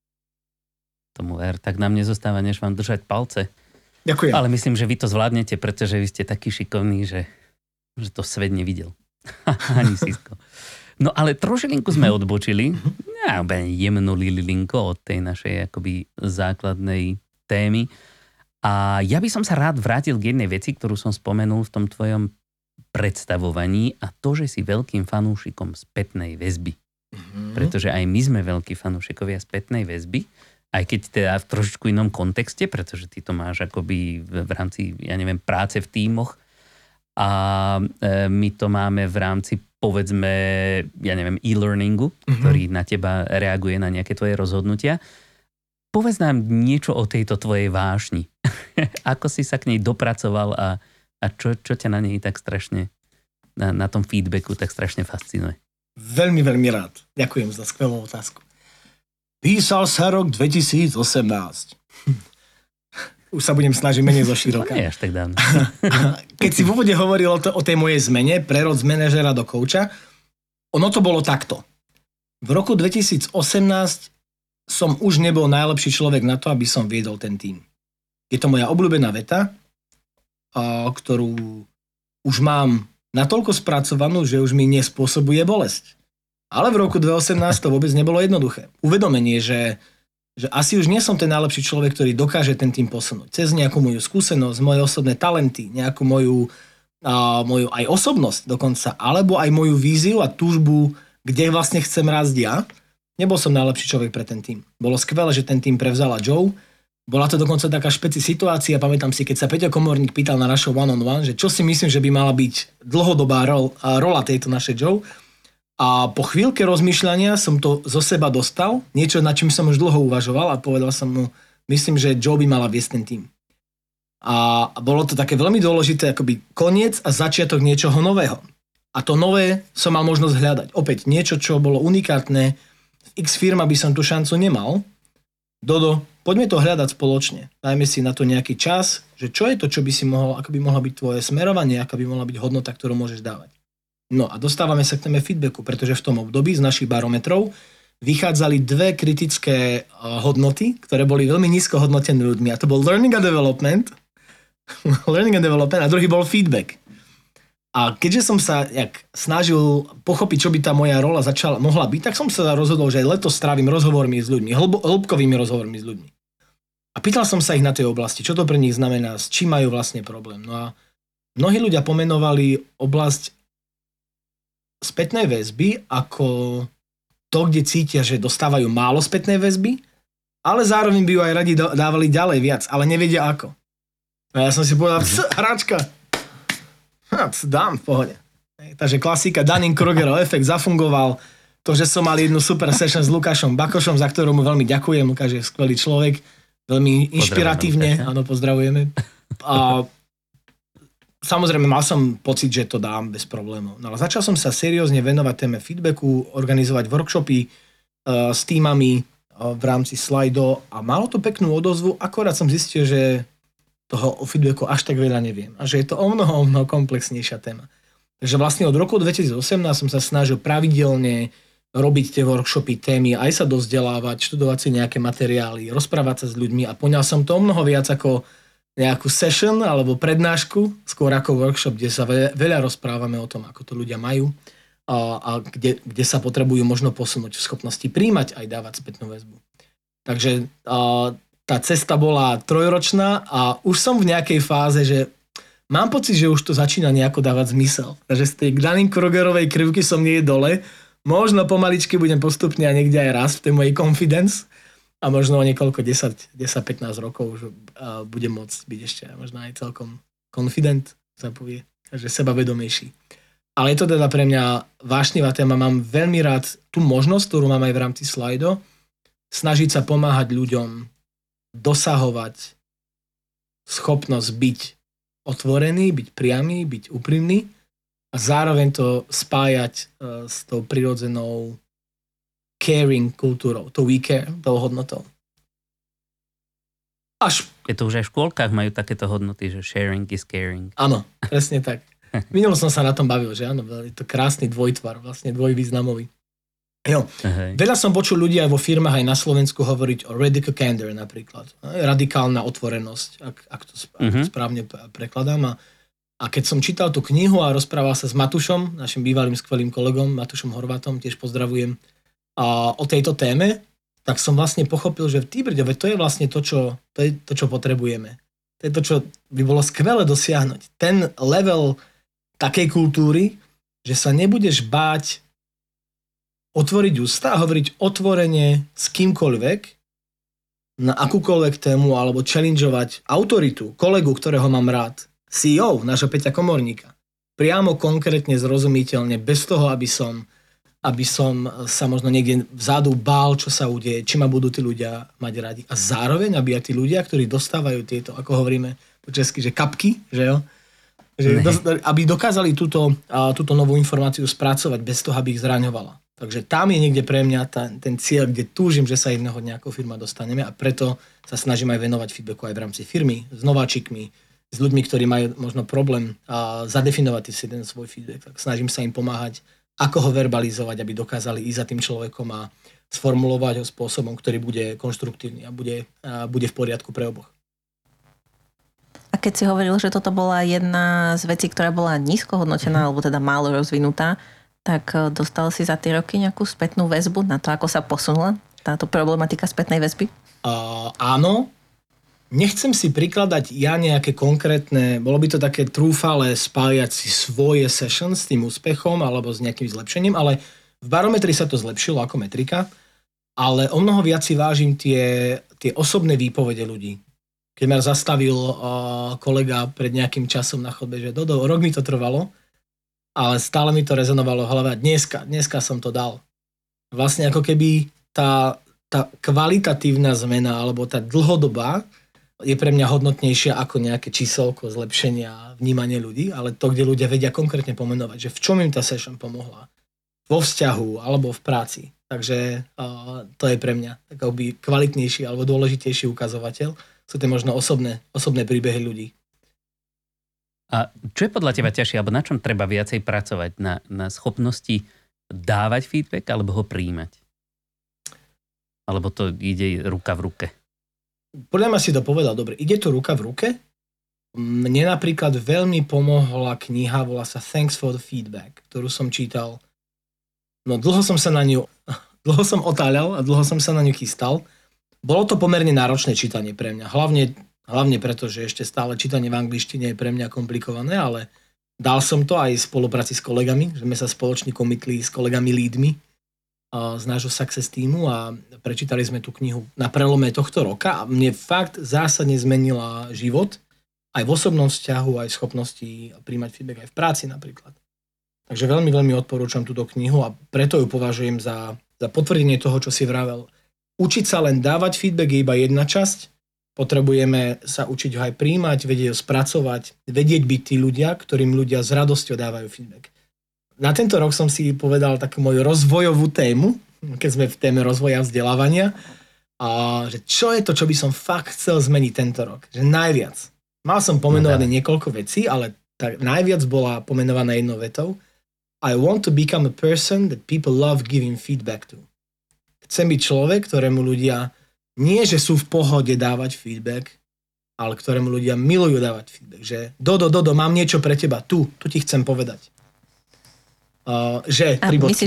Tomu ver, tak nám nezostáva, než vám držať palce. Ďakujem. Ale myslím, že vy to zvládnete, pretože vy ste takí šikovní, že to svet nevidel. Ani Cisco. No ale trošilinku sme odbočili. Jemnú lilinko od tej našej akoby základnej témy. A ja by som sa rád vrátil k jednej veci, ktorú som spomenul v tom tvojom predstavovaní a to, že si veľkým fanúšikom spätnej väzby. Pretože aj my sme veľkí fanúšikovia spätnej väzby, aj keď teda v trošičku inom kontexte, pretože ty to máš akoby v rámci, práce v tímoch a my to máme v rámci, povedzme, e-learningu, ktorý na teba reaguje na nejaké tvoje rozhodnutia. Povedz nám niečo o tejto tvojej vášni. Ako si sa k nej dopracoval a čo ťa na nej tak strašne, na tom feedbacku tak strašne fascinuje? Veľmi, veľmi rád. Ďakujem za skvelú otázku. Písal sa rok 2018. Už sa budem snažiť menej zo široka. Nie až tak dávno. Keď si v úvode hovoril o tej mojej zmene, prerod z manažera do kouča, ono to bolo takto. V roku 2018 som už nebol najlepší človek na to, aby som viedol ten tím. Je to moja obľúbená veta, ktorú už mám natoľko spracovanú, že už mi nespôsobuje bolesť. Ale v roku 2018 to vôbec nebolo jednoduché. Uvedomenie, že asi už nie som ten najlepší človek, ktorý dokáže ten tým posunúť. Cez nejakú moju skúsenosť, moje osobné talenty, nejakú moju aj osobnosť dokonca, alebo aj moju víziu a túžbu, kde vlastne chcem rásť ja. Nebol som najlepší človek pre ten tým. Bolo skvelé, že ten tým prevzala Joe. Bola to dokonca taká situácia, pamätám si, keď sa Peťo Komorník pýtal na našho one-on-one, že čo si myslím, že by mala byť dlhodobá rola tejto našej Joe. A po chvíľke rozmýšľania som to zo seba dostal, niečo, nad čím som už dlho uvažoval a povedal som mu, myslím, že Joe by mala viesť ten tým. A bolo to také veľmi dôležité, akoby koniec a začiatok niečoho nového. A to nové som mal možnosť hľadať. Opäť niečo, čo bolo unikátne. V X firma by som tú šancu nemal. Dodo, poďme to hľadať spoločne. Dajme si na to nejaký čas, že čo je to, čo by si mohol, ako by mohla byť tvoje smerovanie, aká by mohla byť hodnota, ktorú môžeš dávať. No a dostávame sa k téme feedbacku, pretože v tom období z našich barometrov vychádzali dve kritické hodnoty, ktoré boli veľmi nízko hodnotené ľuďmi. A to bol learning and development a druhý bol feedback. A keďže som sa snažil pochopiť, čo by tá moja rola mohla byť, tak som sa rozhodol, že letos strávim rozhovormi s ľuďmi, hĺbkovými rozhovormi s ľuďmi. A pýtal som sa ich na tej oblasti, čo to pre nich znamená, s čím majú vlastne problém. No a mnohí ľudia pomenovali oblasť spätnej väzby ako to, kde cítia, že dostávajú málo spätnej väzby, ale zároveň by ju aj radi dávali ďalej viac, ale nevedia ako. A ja som si povedal, hráčka, dám v pohode. Takže klasika, Dunning-Krugerov efekt zafungoval. To, že som mal jednu super session s Lukášom Bakošom, za ktorú mu veľmi ďakujem. Lukáš je skvelý človek, veľmi inšpiratívne, áno, pozdravujeme. A samozrejme, mal som pocit, že to dám bez problémov. No ale začal som sa seriózne venovať téme feedbacku, organizovať workshopy s týmami v rámci Slido a malo to peknú odozvu, akorát som zistil, že toho o feedbacku až tak veľa neviem a že je to o mnoho komplexnejšia téma. Takže vlastne od roku 2018 som sa snažil pravidelne robiť tie workshopy, témy, aj sa dozdelávať, študovať si nejaké materiály, rozprávať sa s ľuďmi a poňal som to o mnoho viac ako nejakú session alebo prednášku, skôr ako workshop, kde sa veľa rozprávame o tom, ako to ľudia majú a kde sa potrebujú možno posunúť v schopnosti príjmať aj dávať spätnú väzbu. Takže tá cesta bola 3-ročná a už som v nejakej fáze, že mám pocit, že už to začína nejako dávať zmysel. Takže z tej Dunning-Krugerovej krivky som nie dole. Možno pomaličky budem postupne a niekde aj raz v tej mojej confidence a možno o niekoľko 10-15 rokov už budem môcť byť ešte možno aj celkom confident, sa povie, takže sebavedomejší. Ale je to teda pre mňa vášnivá téma. Mám veľmi rád tú možnosť, ktorú mám aj v rámci Slido, snažiť sa pomáhať ľuďom dosahovať schopnosť byť otvorený, byť priamy, byť úprimný a zároveň to spájať s tou prirodzenou caring kultúrou, tou we care, tou hodnotou. Je to už aj v škôlkach majú takéto hodnoty, že sharing is caring. Áno, presne tak. Minul som sa na tom bavil, že áno, je to krásny dvojtvar, vlastne dvojvýznamový. Jo. Veľa som počul ľudí aj vo firmách, aj na Slovensku hovoriť o radical candor napríklad. Radikálna otvorenosť, ak to správne prekladám. A keď som čítal tú knihu a rozprával sa s Matušom, našim bývalým skvelým kolegom, Matušom Horvátom, tiež pozdravujem, o tejto téme, tak som vlastne pochopil, že to je vlastne to, čo potrebujeme. To je to, čo by bolo skvelé dosiahnuť. Ten level takej kultúry, že sa nebudeš báť otvoriť ústa a hovoriť otvorene s kýmkoľvek na akúkoľvek tému alebo challengeovať autoritu, kolegu, ktorého mám rád, CEO, nášho Peťa Komorníka. Priamo, konkrétne, zrozumiteľne, bez toho, aby som sa možno niekde vzadu bál, čo sa udeje, či ma budú tí ľudia mať radi. A zároveň, aby aj tí ľudia, ktorí dostávajú tieto, ako hovoríme po česky, že kapky, že jo? Aby dokázali túto novú informáciu spracovať bez toho, aby ich zraňovala. Takže tam je niekde pre mňa ten cieľ, kde túžim, že sa jedného dňa ako firma dostaneme a preto sa snažím aj venovať feedbacku aj v rámci firmy, s nováčikmi, s ľuďmi, ktorí majú možno problém zadefinovať si ten svoj feedback. Tak snažím sa im pomáhať, ako ho verbalizovať, aby dokázali ísť za tým človekom a sformulovať ho spôsobom, ktorý bude konštruktívny a bude v poriadku pre oboch. A keď si hovoril, že toto bola jedna z vecí, ktorá bola nízko hodnotená, alebo teda málo rozvinutá, tak dostal si za tie roky nejakú spätnú väzbu na to, ako sa posunula táto problematika spätnej väzby? Áno. Nechcem si prikladať ja nejaké konkrétne, bolo by to také trúfale spájať si svoje session s tým úspechom alebo s nejakým zlepšením, ale v barometri sa to zlepšilo ako metrika, ale o mnoho viac si vážim tie osobné výpovede ľudí. Keď ma zastavil kolega pred nejakým časom na chodbe, že Dodo, rok mi to trvalo, ale stále mi to rezonovalo v hlave a dneska som to dal. Vlastne ako keby tá kvalitatívna zmena alebo tá dlhodobá je pre mňa hodnotnejšia ako nejaké číselko zlepšenia vnímania ľudí, ale to, kde ľudia vedia konkrétne pomenovať, že v čom im tá session pomohla. Vo vzťahu alebo v práci. Takže to je pre mňa takový kvalitnejší alebo dôležitejší ukazovateľ. Sú to možno osobné príbehy ľudí. A čo je podľa teba ťažšie, alebo na čom treba viacej pracovať? Na schopnosti dávať feedback alebo ho prijímať? Alebo to ide ruka v ruke? Podľa mňa si to povedal dobre. Ide to ruka v ruke. Mne napríklad veľmi pomohla kniha, volá sa Thanks for the Feedback, ktorú som čítal. No dlho som otáľal a dlho som sa na ňu chystal. Bolo to pomerne náročné čítanie pre mňa. Hlavne preto, že ešte stále čítanie v angličtine je pre mňa komplikované, ale dal som to aj v spolupráci s kolegami, že sme sa spoločne commitli s kolegami lídmi z nášho Success týmu a prečítali sme tú knihu na prelome tohto roka a mne fakt zásadne zmenila život aj v osobnom vzťahu, aj v schopnosti príjmať feedback aj v práci napríklad. Takže veľmi, veľmi odporúčam túto knihu a preto ju považujem za potvrdenie toho, čo si vravel. Učiť sa len dávať feedback je iba jedna časť. Potrebujeme sa učiť ho aj príjmať, vedieť ho spracovať, vedieť byť tí ľudia, ktorým ľudia s radosťou dávajú feedback. Na tento rok som si povedal takú moju rozvojovú tému, keď sme v téme rozvoja vzdelávania, a že čo je to, čo by som fakt chcel zmeniť tento rok. Že najviac. Mal som pomenované niekoľko vecí, ale tak najviac bola pomenovaná jednou vetou. I want to become a person that people love giving feedback to. Chcem byť človek, ktorému ľudia nie, že sú v pohode dávať feedback, ale ktorému ľudia milujú dávať feedback. Že Dodo, mám niečo pre teba. Tu ti chcem povedať. Myslíš,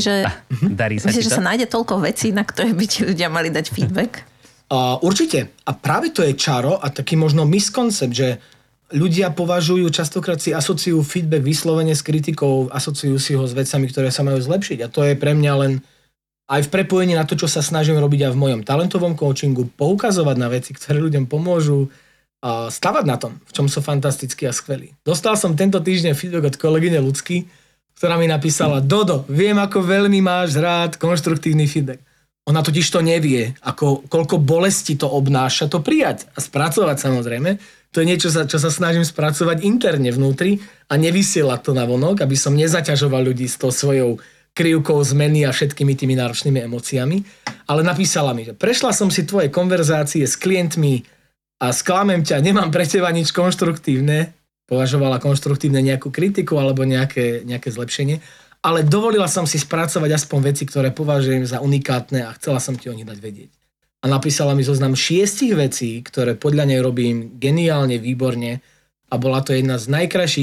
že sa nájde toľko vecí, na ktoré by ti ľudia mali dať feedback? Určite. A práve to je čaro a taký možno miskoncept, že ľudia považujú, častokrát si asociujú feedback vyslovene s kritikou, asociujú si ho s vecami, ktoré sa majú zlepšiť. A to je pre mňa len aj v prepojení na to, čo sa snažím robiť aj v mojom talentovom coachingu, poukazovať na veci, ktoré ľuďom pomôžu a stavať na tom, v čom sú fantastickí a skvelí. Dostal som tento týždeň feedback od kolegyne Ľudsky, ktorá mi napísala: Dodo, viem, ako veľmi máš rád konštruktívny feedback. Ona totiž to nevie, koľko bolesti to obnáša to prijať a spracovať samozrejme. To je niečo, čo sa snažím spracovať interne vnútri a nevysielať to na vonok, aby som nezaťažoval ľudí s tou svojou krivkou zmeny a všetkými tými náročnými emóciami. Ale napísala mi, že prešla som si tvoje konverzácie s klientmi a sklamem ťa, nemám pre teba nič konštruktívne. Považovala konštruktívne nejakú kritiku alebo nejaké zlepšenie. Ale dovolila som si spracovať aspoň veci, ktoré považujem za unikátne a chcela som ti o nich dať vedieť. A napísala mi zoznam 6 vecí, ktoré podľa nej robím geniálne, výborne a bola to jeden z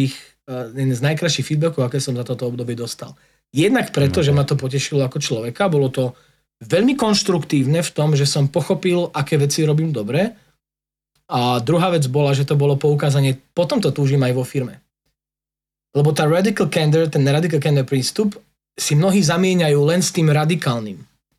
najkrajších feedbackov, aké som za toto obdobie dostal. Jednak preto, že ma to potešilo ako človeka, bolo to veľmi konštruktívne v tom, že som pochopil, aké veci robím dobre. A druhá vec bola, že to bolo poukázanie, potom to túžim aj vo firme. Lebo ten radical candor prístup si mnohí zamieňajú len s tým radikálnym.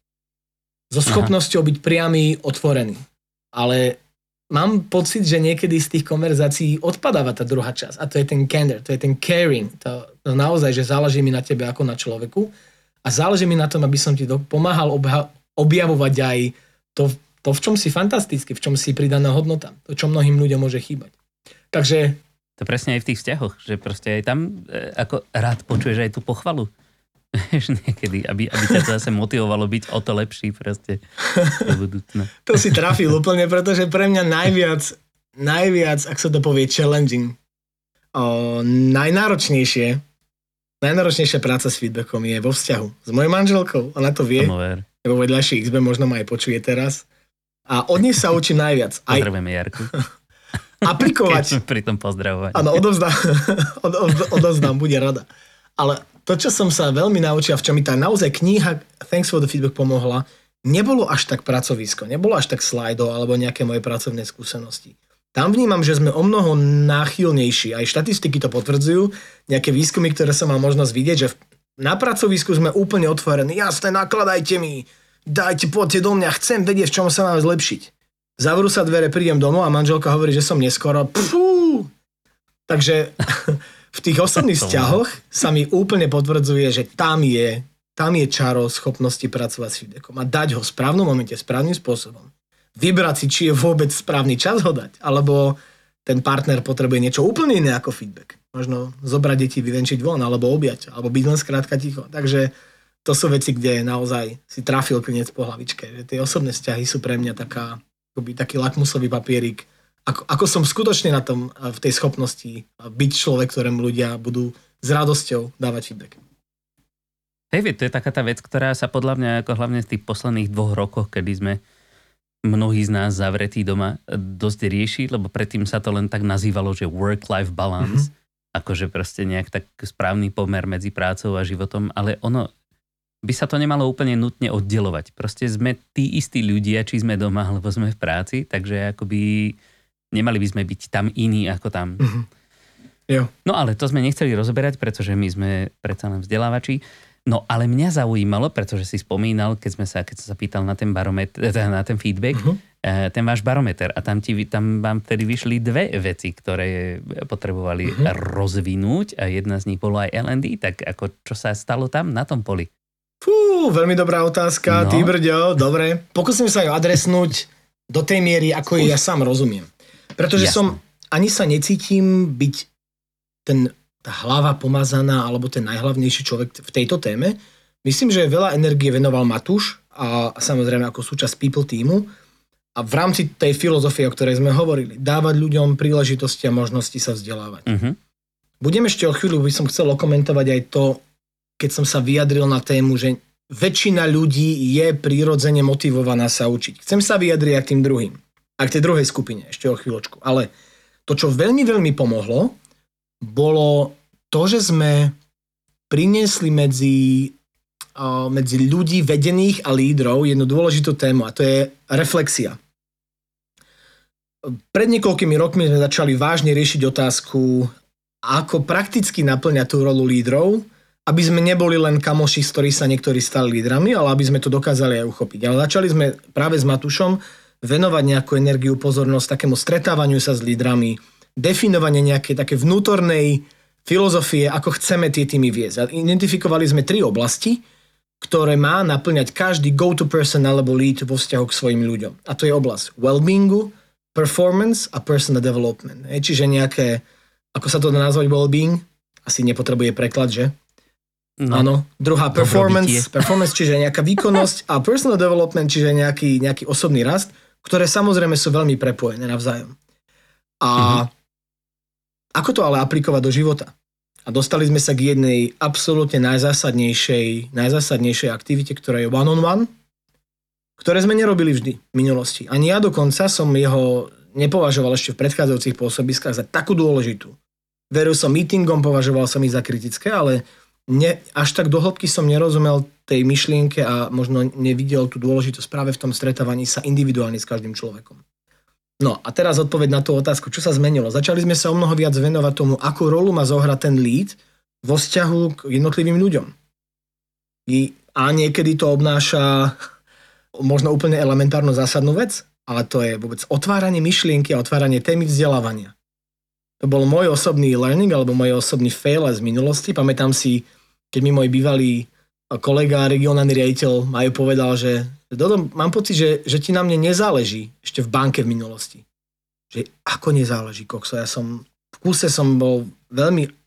So schopnosťou byť priamy, otvorený. Ale mám pocit, že niekedy z tých konverzácií odpadáva tá druhá časť. A to je ten candor, to je ten caring. To naozaj, že záleží mi na tebe ako na človeku. A záleží mi na tom, aby som ti pomáhal objavovať aj to, v čom si fantastický, v čom si pridaná hodnota. To, čo mnohým ľuďom môže chýbať. Takže... To presne aj v tých vzťahoch, že proste aj tam ako rád počuješ aj tú pochvalu. Niekedy, aby ťa to zase motivovalo byť o to lepší proste do budúcna. To si trafil úplne, pretože pre mňa najviac, ak sa to povie, challenging, najnáročnejšia práca s feedbackom je vo vzťahu s mojou manželkou. Ona to vie, lebo vedľajší XB možno ma aj počuje teraz. A od nej sa učím najviac. Pozdravujeme Jarku. Aplikovať. Pri tom pozdravovať. Áno, odovzdám, bude rada. Ale to, čo som sa veľmi naučil, v čom mi tá naozaj kniha Thanks for the Feedback pomohla, nebolo až tak pracovisko, nebolo až tak slajdov alebo nejaké moje pracovné skúsenosti. Tam vnímam, že sme o mnoho náchylnejší. Aj štatistiky to potvrdzujú. Nejaké výskumy, ktoré som mal možnosť vidieť, že na pracovisku sme úplne otvorení. Jasné, nakladajte mi. Poďte do mňa. Chcem vedieť, v čom sa mám zlepšiť. Zavrú sa dvere, prídem domov a manželka hovorí, že som neskoro. Takže v tých osobných vzťahoch sa mi úplne potvrdzuje, že tam je čaro schopnosti pracovať s feedbackom a dať ho v správnom momente, správnym spôsobom. Vybrať si, či je vôbec správny čas ho dať, alebo ten partner potrebuje niečo úplne iné ako feedback. Možno zobrať deti, vyvenčiť von, alebo objať, alebo byť len skrátka ticho. Takže to sú veci, kde naozaj si trafil klinec po hlavičke. Že tie osobné vzťahy sú pre mňa taký lakmusový papierik. Ako som skutočne na tom, v tej schopnosti byť človek, ktorému ľudia budú s radosťou dávať feedback. Hej, to je taká tá vec, ktorá sa podľa mňa ako hlavne v tých posledných 2 rokoch, kedy sme mnohí z nás zavretí doma, dosť rieši, lebo predtým sa to len tak nazývalo, že work-life balance, akože proste nejak tak správny pomer medzi prácou a životom, ale ono by sa to nemalo úplne nutne oddelovať. Proste sme tí istí ľudia, či sme doma, alebo sme v práci, takže akoby nemali by sme byť tam iní ako tam. Jo. No ale to sme nechceli rozoberať, pretože my sme predsa len vzdelávači. No ale mňa zaujímalo, pretože si spomínal, keď som sa pýtal na ten barometer, na ten feedback, ten váš barometer a tam vám vtedy vyšli 2 veci, ktoré potrebovali rozvinúť a jedna z nich bolo aj L&D, tak ako čo sa stalo tam na tom poli? Veľmi dobrá otázka, Ty brďo, dobre. Pokúsim sa ju adresnúť do tej miery, ako ja sám rozumiem. Pretože ani sa necítim byť tá hlava pomazaná alebo ten najhlavnejší človek v tejto téme. Myslím, že veľa energie venoval Matúš a samozrejme ako súčasť people týmu a v rámci tej filozofie, o ktorej sme hovorili, dávať ľuďom príležitosti a možnosti sa vzdelávať. Budem ešte o chvíľu, by som chcel okomentovať aj to, keď som sa vyjadril na tému, že väčšina ľudí je prirodzene motivovaná sa učiť. Chcem sa vyjadriť aj k tým druhým. A k tej druhej skupine, ešte o chvíľočku. Ale to, čo veľmi, veľmi pomohlo, bolo to, že sme priniesli medzi ľudí vedených a lídrov jednu dôležitú tému, a to je reflexia. Pred niekoľkými rokmi sme začali vážne riešiť otázku, ako prakticky naplňať tú rolu lídrov, aby sme neboli len kamoši, z ktorých sa niektorí stali lídrami, ale aby sme to dokázali aj uchopiť. Ale začali sme práve s Matúšom venovať nejakú energiu, pozornosť takému stretávaniu sa s lídrami, definovanie nejakej také vnútornej filozofie, ako chceme tie týmy viesť. A identifikovali sme 3 oblasti, ktoré má naplňať každý go-to person alebo lead vo vzťahu k svojim ľuďom. A to je oblasť well-beingu, performance a personal development. Čiže nejaké, ako sa to dá nazvať well-being, asi nepotrebuje preklad, že? No, áno. Druhá performance, čiže nejaká výkonnosť a personal development, čiže nejaký osobný rast, ktoré samozrejme sú veľmi prepojené navzájom. A ako to ale aplikovať do života? A dostali sme sa k jednej absolútne najzásadnejšej aktivite, ktorá je one-on-one, ktoré sme nerobili vždy v minulosti. Ani ja dokonca som jeho nepovažoval ešte v predchádzajúcich pôsobiskách za takú dôležitú. Veril som meetingom, považoval som ich za kritické, ale až tak do hĺbky som nerozumel tej myšlienke a možno nevidel tú dôležitosť práve v tom stretávaní sa individuálne s každým človekom. No a teraz odpoveď na tú otázku, čo sa zmenilo. Začali sme sa o mnoho viac venovať tomu, akú rolu má zohrať ten lead vo vzťahu k jednotlivým ľuďom. A niekedy to obnáša možno úplne elementárnu zásadnú vec, ale to je vôbec otváranie myšlienky a otváranie témy vzdelávania. To bol môj osobný learning alebo môj osobný fail z minulosti. Pamätám si, keď mi môj bývalý kolega, regionálny riaditeľ Majo povedal, že Dodo, mám pocit, že ti na mne nezáleží ešte v banke v minulosti. Že ako nezáleží, kokso? V kúse som bol veľmi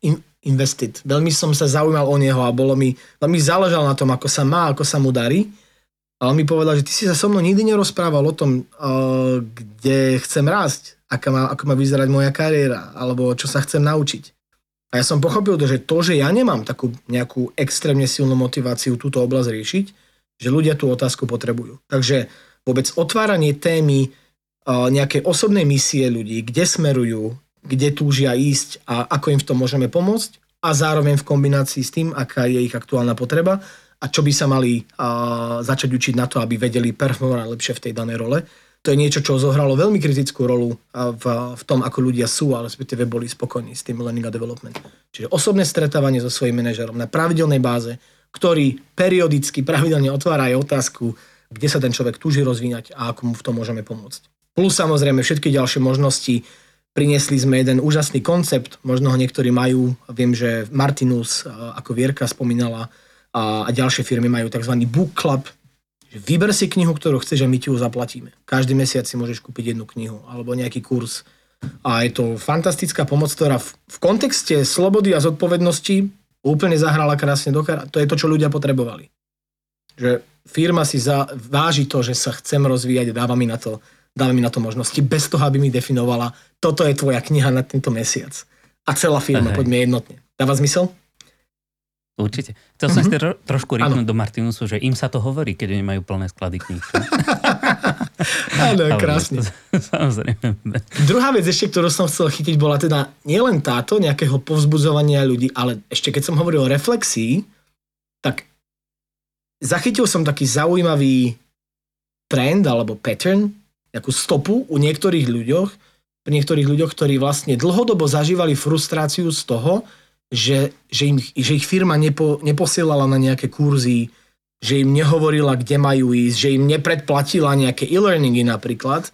invested. Veľmi som sa zaujímal o neho a veľmi záležalo na tom, ako sa má, ako sa mu darí. A on mi povedal, že ty si sa so mnou nikdy nerozprával o tom, kde chcem rásť, ako má vyzerať moja kariéra, alebo čo sa chcem naučiť. A ja som pochopil, že ja nemám takú nejakú extrémne silnú motiváciu túto oblasť riešiť, že ľudia tú otázku potrebujú. Takže vôbec otváranie témy nejakej osobnej misie ľudí, kde smerujú, kde túžia ísť a ako im v tom môžeme pomôcť a zároveň v kombinácii s tým, aká je ich aktuálna potreba a čo by sa mali začať učiť na to, aby vedeli performovať lepšie v tej danej role. To je niečo, čo zohralo veľmi kritickú rolu v tom, ako ľudia sú, ale respektíve boli spokojní s tým learning a development. Čiže osobné stretávanie so svojím manažerom na pravidelnej báze, ktorý periodicky, pravidelne otvára aj otázku, kde sa ten človek túži rozvíjať a ako mu v tom môžeme pomôcť. Plus samozrejme všetky ďalšie možnosti. Priniesli sme jeden úžasný koncept, možno ho niektorí majú. Viem, že Martinus, ako Vierka spomínala, a ďalšie firmy majú tzv. Book Club. Vyber si knihu, ktorú chceš a my ti ju zaplatíme. Každý mesiac si môžeš kúpiť jednu knihu alebo nejaký kurz. A je to fantastická pomoc, ktorá v kontexte slobody a zodpovednosti úplne zahrala krásne do karát. To je to, čo ľudia potrebovali. Že firma si váži to, že sa chcem rozvíjať a dáva mi na to možnosti, bez toho, aby mi definovala, toto je tvoja kniha na tento mesiac. A celá firma, poďme jednotne. Dáva zmysel? Určite. Chcel som si trošku rýpnúť do Martinusu, že im sa to hovorí, keď oni majú plné sklady kníh. Áno, krásne. Samozrejme. Druhá vec ešte, ktorú som chcel chytiť, bola teda nielen táto, nejakého povzbudzovania ľudí, ale ešte keď som hovoril o reflexii, tak zachytil som taký zaujímavý trend alebo pattern, nejakú stopu u niektorých ľuďoch, ktorí vlastne dlhodobo zažívali frustráciu z toho, že ich firma neposielala na nejaké kurzy, že im nehovorila, kde majú ísť, že im nepredplatila nejaké e-learningy napríklad.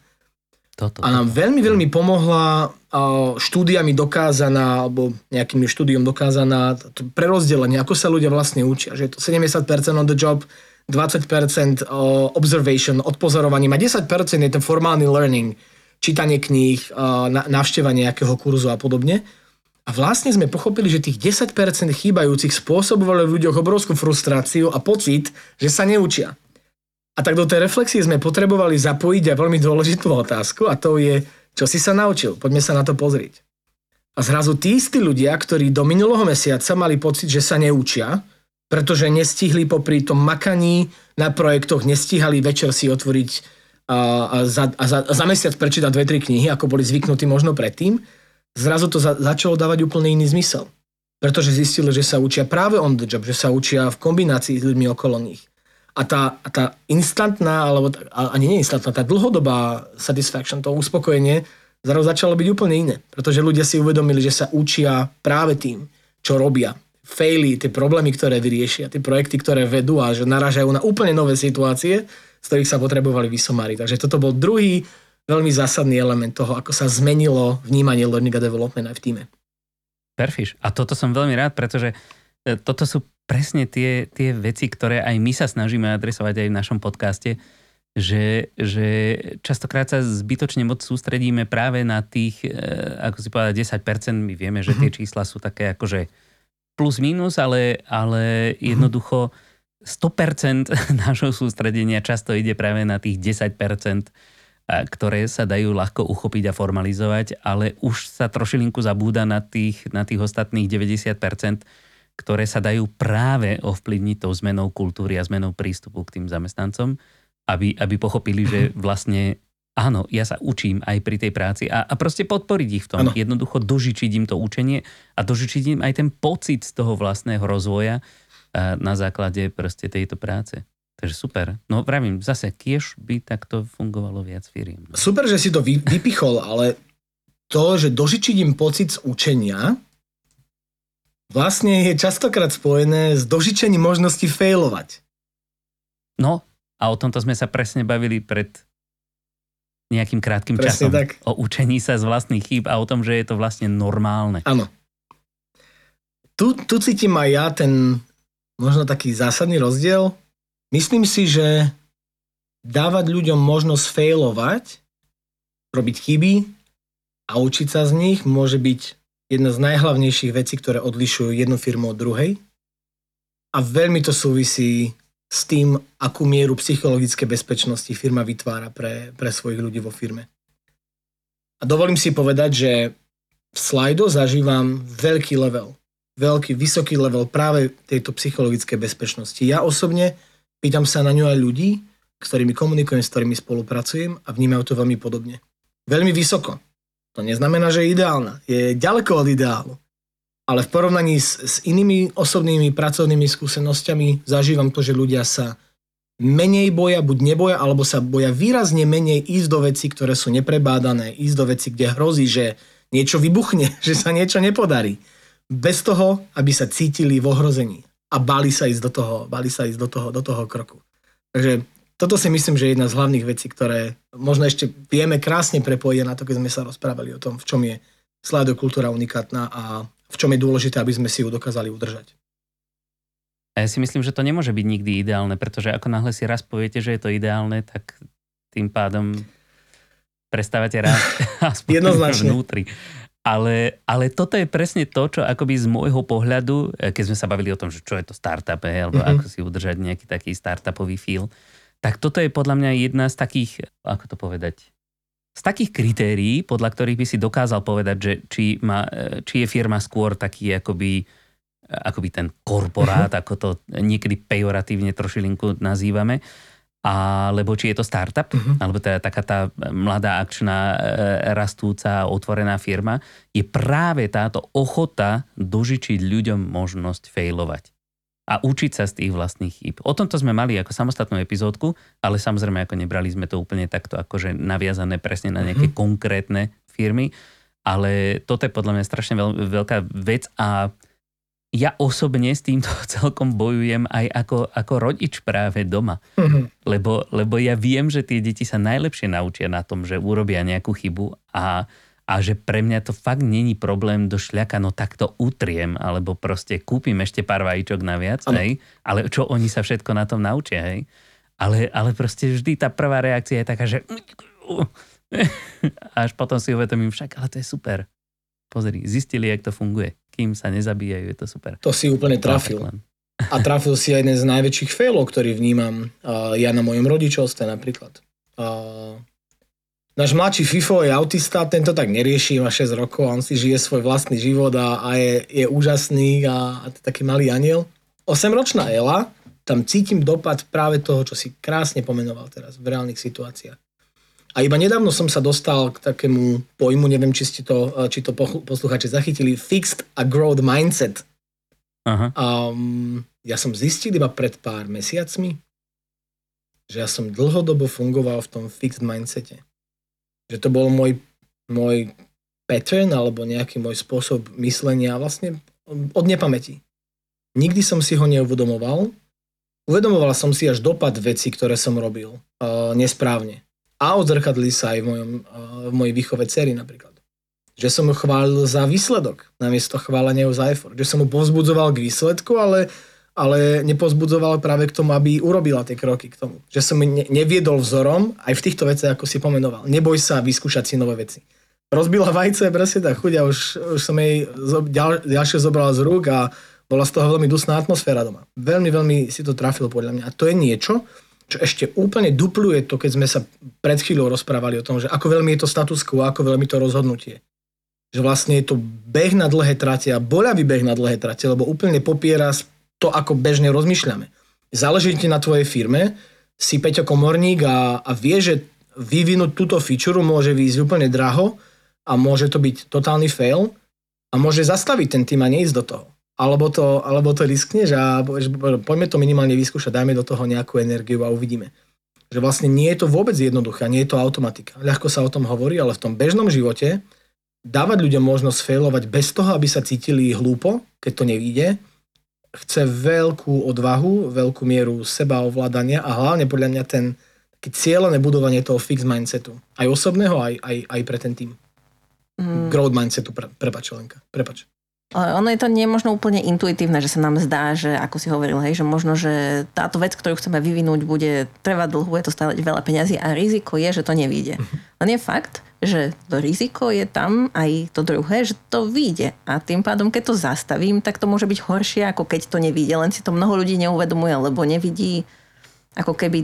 A nám veľmi, veľmi pomohla štúdiami dokázaná, alebo nejakým štúdiom dokázaná prerozdelenie, ako sa ľudia vlastne učia. Že je to 70% on the job, 20% observation, odpozorovanie a 10% je ten formálny learning, čítanie kníh, návšteva nejakého kurzu a podobne. A vlastne sme pochopili, že tých 10% chýbajúcich spôsobovali v ľuďoch obrovskú frustráciu a pocit, že sa neučia. A tak do tej reflexie sme potrebovali zapojiť aj veľmi dôležitú otázku a to je, čo si sa naučil. Poďme sa na to pozrieť. A zrazu tí istí ľudia, ktorí do minulého mesiaca mali pocit, že sa neučia, pretože nestihli popri tom makaní na projektoch, nestíhali večer si otvoriť a za mesiac prečítať 2-3 knihy, ako boli zvyknutí možno predtým, zrazu to začalo dávať úplne iný zmysel. Pretože zistili, že sa učia práve on the job, že sa učia v kombinácii s ľuďmi okolo nich. A tá instantná, alebo ani nie instantná, tá dlhodobá satisfaction, to uspokojenie, zrazu začalo byť úplne iné. Pretože ľudia si uvedomili, že sa učia práve tým, čo robia. Faily, tie problémy, ktoré vyriešia, tie projekty, ktoré vedú a že narážajú na úplne nové situácie, z ktorých sa potrebovali vysomáriť. Takže toto bol druhý veľmi zásadný element toho, ako sa zmenilo vnímanie learning a development aj v tíme. Perfíš. A toto som veľmi rád, pretože toto sú presne tie veci, ktoré aj my sa snažíme adresovať aj v našom podcaste, že častokrát sa zbytočne moc sústredíme práve na tých, ako si povedal, 10%. My vieme, že tie čísla sú také akože plus minus, ale jednoducho 100% nášho sústredenia často ide práve na tých 10%, ktoré sa dajú ľahko uchopiť a formalizovať, ale už sa trošilinku zabúda na tých ostatných 90%, ktoré sa dajú práve ovplyvniť tou zmenou kultúry a zmenou prístupu k tým zamestnancom, aby pochopili, že vlastne áno, ja sa učím aj pri tej práci a proste podporiť ich v tom. Ano. Jednoducho dožičiť im to učenie a dožičiť im aj ten pocit z toho vlastného rozvoja na základe proste tejto práce. Takže super. No pravím, zase kiež by takto fungovalo viac firiem. Super, že si to vypichol, ale to, že dožičiť im pocit z učenia, vlastne je častokrát spojené s dožičením možnosti failovať. No, a o tomto sme sa presne bavili pred nejakým krátkym presne časom. Tak. O učení sa z vlastných chýb a o tom, že je to vlastne normálne. Áno. Tu cítim aj ja ten možno taký zásadný rozdiel. Myslím si, že dávať ľuďom možnosť failovať, robiť chyby a učiť sa z nich môže byť jedna z najhlavnejších vecí, ktoré odlišujú jednu firmu od druhej. A veľmi to súvisí s tým, akú mieru psychologické bezpečnosti firma vytvára pre svojich ľudí vo firme. A dovolím si povedať, že v Slido zažívam veľký level, vysoký level práve tejto psychologickej bezpečnosti. Ja osobne pýtam sa na ňu aj ľudí, s ktorými komunikujem, s ktorými spolupracujem a vnímajú to veľmi podobne. Veľmi vysoko. To neznamená, že je ideálna. Je ďaleko od ideálu. Ale v porovnaní s inými osobnými pracovnými skúsenosťami zažívam to, že ľudia sa menej boja, buď neboja, alebo sa boja výrazne menej ísť do vecí, ktoré sú neprebádané, ísť do vecí, kde hrozí, že niečo vybuchne, že sa niečo nepodarí. Bez toho, aby sa cítili v ohrození a báli sa ísť do toho kroku. Takže toto si myslím, že je jedna z hlavných vecí, ktoré možno ešte vieme krásne prepojiť na to, keď sme sa rozprávali o tom, v čom je Slido kultúra unikátna a v čom je dôležité, aby sme si ju dokázali udržať. A ja si myslím, že to nemôže byť nikdy ideálne, pretože ako náhle si raz poviete, že je to ideálne, tak tým pádom prestávate rásť jednoznačne vnútri. Ale toto je presne to, čo akoby z môjho pohľadu, keď sme sa bavili o tom, že čo je to startup, alebo ako si udržať nejaký taký startupový feel, tak toto je podľa mňa jedna z takých, ako to povedať, z takých kritérií, podľa ktorých by si dokázal povedať, že či je firma skôr taký akoby ten korporát, ako to niekedy pejoratívne trošilinku nazývame, alebo či je to startup, alebo teda taká tá mladá, akčná, rastúca, otvorená firma, je práve táto ochota dožičiť ľuďom možnosť failovať a učiť sa z tých vlastných chýb. O tomto sme mali ako samostatnú epizódku, ale samozrejme ako nebrali sme to úplne takto akože naviazané presne na nejaké konkrétne firmy, ale toto je podľa mňa strašne veľká vec a ja osobne s týmto celkom bojujem aj ako rodič práve doma. Lebo ja viem, že tie deti sa najlepšie naučia na tom, že urobia nejakú chybu a že pre mňa to fakt není problém do šľaka, no tak to utriem, alebo proste kúpim ešte pár vajíčok naviac, hej? Ale čo oni sa všetko na tom naučia, hej? Ale proste vždy tá prvá reakcia je taká, že až potom si uvedomím, však, ale to je super. Pozri, zistili, jak to funguje. Kým sa nezabíjajú, je to super. To si úplne trafil. A trafil si aj jeden z najväčších failov, ktorý vnímam ja na mojom rodičovstve napríklad. Náš mladší Fifo je autista, tento tak nerieši, má 6 rokov a on si žije svoj vlastný život a je úžasný a taký malý aniel. 8-ročná Ela, tam cítim dopad práve toho, čo si krásne pomenoval teraz v reálnych situáciách. A iba nedávno som sa dostal k takému pojmu, neviem, či to poslucháči zachytili, fixed a growth mindset. Aha. Ja som zistil iba pred pár mesiacmi, že ja som dlhodobo fungoval v tom fixed mindsete. Že to bol môj pattern alebo nejaký môj spôsob myslenia vlastne od nepamäti. Nikdy som si ho neuvedomoval. Uvedomoval som si až dopad vecí, ktoré som robil nesprávne. A odzrkadli sa aj v mojej výchove dcery napríklad. Že som ju chválil za výsledok, namiesto chválenia za effort. Že som mu povzbudzoval k výsledku, ale nepozbudzoval práve k tomu, aby urobila tie kroky k tomu. Že som ju neviedol vzorom aj v týchto veciach, ako si pomenoval. Neboj sa vyskúšať si nové veci. Rozbila vajce, presne tá chuť a už som jej ďalšie zobral z rúk a bola z toho veľmi dusná atmosféra doma. Veľmi, veľmi si to trafilo podľa mňa. A to je niečo, čo ešte úplne dupluje to, keď sme sa pred chvíľou rozprávali o tom, že ako veľmi je to status quo, ako veľmi to rozhodnutie. Že vlastne je to beh na dlhé trate a boľavý beh na dlhé trate, lebo úplne popiera to, ako bežne rozmýšľame. Záleží ti na tvojej firme, si Peťo Komorník a vie, že vyvinúť túto feature môže výjsť úplne draho a môže to byť totálny fail a môže zastaviť ten tým a neísť do toho. Alebo to riskneš a poďme to minimálne vyskúšať, dajme do toho nejakú energiu a uvidíme. Že vlastne nie je to vôbec jednoduché, nie je to automatika. Ľahko sa o tom hovorí, ale v tom bežnom živote dávať ľuďom možnosť failovať bez toho, aby sa cítili hlúpo, keď to nevíde, chce veľkú odvahu, veľkú mieru sebaovládania a hlavne podľa mňa ten taký cieľené budovanie toho fixed mindsetu. Aj osobného, aj pre ten tým. Growth mindsetu, prepáč Lenka, prepáč. Ono je to nie možno úplne intuitívne, že sa nám zdá, že ako si hovoril, hej, že možno, že táto vec, ktorú chceme vyvinúť, bude trvať dlho, je to stále veľa peňazí a riziko je, že to nevyjde. Len je fakt, že to riziko je tam aj to druhé, že to vyjde. A tým pádom, keď to zastavím, tak to môže byť horšie, ako keď to nevyjde. Len si to mnoho ľudí neuvedomuje, lebo nevidí ako keby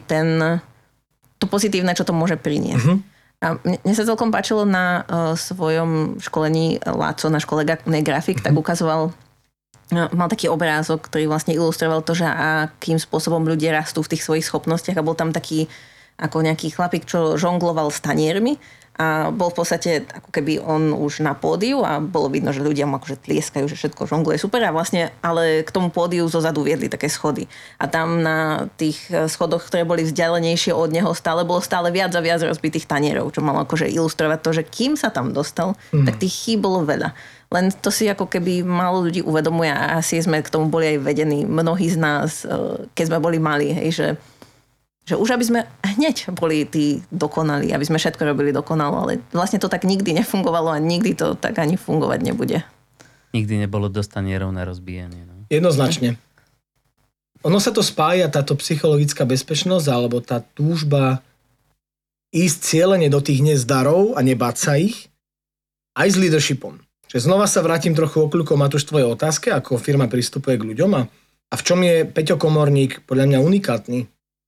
to pozitívne, čo to môže priniesť. A mne sa celkom páčilo na svojom školení Láco, náš kolega, grafik, tak ukazoval, mal taký obrázok, ktorý vlastne ilustroval to, že akým spôsobom ľudia rastú v tých svojich schopnostiach a bol tam taký ako nejaký chlapík, čo žongloval s taniermi a bol v podstate ako keby on už na pódiu a bolo vidno, že ľudia mu akože tlieskajú, že všetko žongluje super a vlastne, ale k tomu pódiu zozadu viedli také schody. A tam na tých schodoch, ktoré boli vzdialenejšie od neho, bolo stále viac a viac rozbitých tanierov, čo malo akože ilustrovať to, že kým sa tam dostal, tak tých chýb bolo veľa. Len to si ako keby málo ľudí uvedomuje a asi sme k tomu boli aj vedení. Mnohí z nás, keď sme boli mali, hej, že už aby sme hneď boli tí dokonali, aby sme všetko robili dokonalo, ale vlastne to tak nikdy nefungovalo a nikdy to tak ani fungovať nebude. Nikdy nebolo dostanierov na rozbíjanie. No? Jednoznačne. Ono sa to spája, táto psychologická bezpečnosť alebo tá túžba ísť cieľene do tých nezdarov a nebáť sa ich aj s leadershipom. Čiže znova sa vrátim trochu okľukom Matúš tvojej otázke, ako firma pristupuje k ľuďom a v čom je Peťo Komorník podľa mňa unikátny,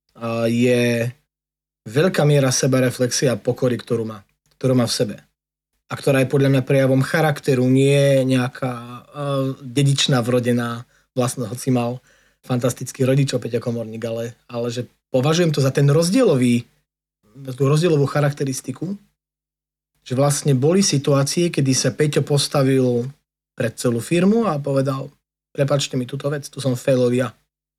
je veľká miera sebareflexie a pokory, ktorú má v sebe. A ktorá je podľa mňa prejavom charakteru, nie nejaká dedičná vrodená vlastnosť, hoci mal fantastických rodičov Peťo Komorník, ale že považujem to za tú rozdielovú charakteristiku, že vlastne boli situácie, kedy sa Peťo postavil pred celú firmu a povedal, prepáčte mi túto vec, tu som failol ja.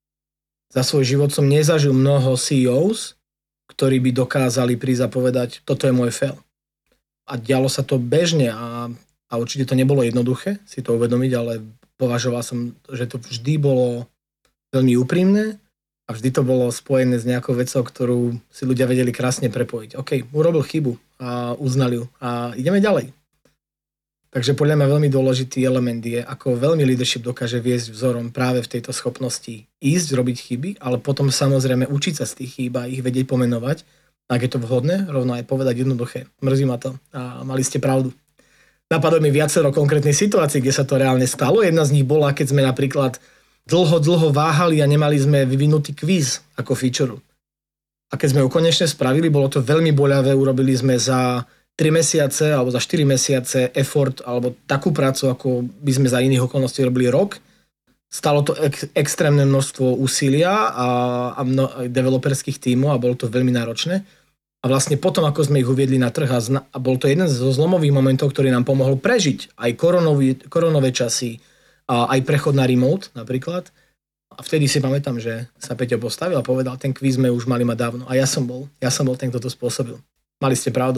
Za svoj život som nezažil mnoho CEOs, ktorí by dokázali prísť a povedať, toto je môj fail. A dialo sa to bežne a určite to nebolo jednoduché si to uvedomiť, ale považoval som, že to vždy bolo veľmi úprimné a vždy to bolo spojené s nejakou vecou, ktorú si ľudia vedeli krásne prepojiť. OK, urobil chybu a uznali ju a ideme ďalej. Takže podľa mňa veľmi dôležitý element je, ako veľmi leadership dokáže viesť vzorom práve v tejto schopnosti ísť, robiť chyby, ale potom samozrejme učiť sa z tých chýb a ich vedieť pomenovať. Ak je to vhodné, rovno aj povedať jednoduché. Mrzí ma to a mali ste pravdu. Napadlo mi viacero konkrétnych situácií, kde sa to reálne stalo. Jedna z nich bola, keď sme napríklad dlho váhali a nemali sme vyvinutý kvíz ako feature. A keď sme ho konečne spravili, bolo to veľmi boľavé, urobili sme za 3 mesiace alebo za 4 mesiace effort alebo takú prácu, ako by sme za iných okolností robili rok. Stalo to extrémne množstvo úsilia a developerských tímov a bolo to veľmi náročné. A vlastne potom, ako sme ich uviedli na trh a bol to jeden zo zlomových momentov, ktorý nám pomohol prežiť aj koronové časy a aj prechod na remote napríklad. A vtedy si pamätám, že sa Peťo postavil a povedal, ten kvíz sme už mali mať dávno. A ja som bol ten, kto to spôsobil. Mali ste pravdu.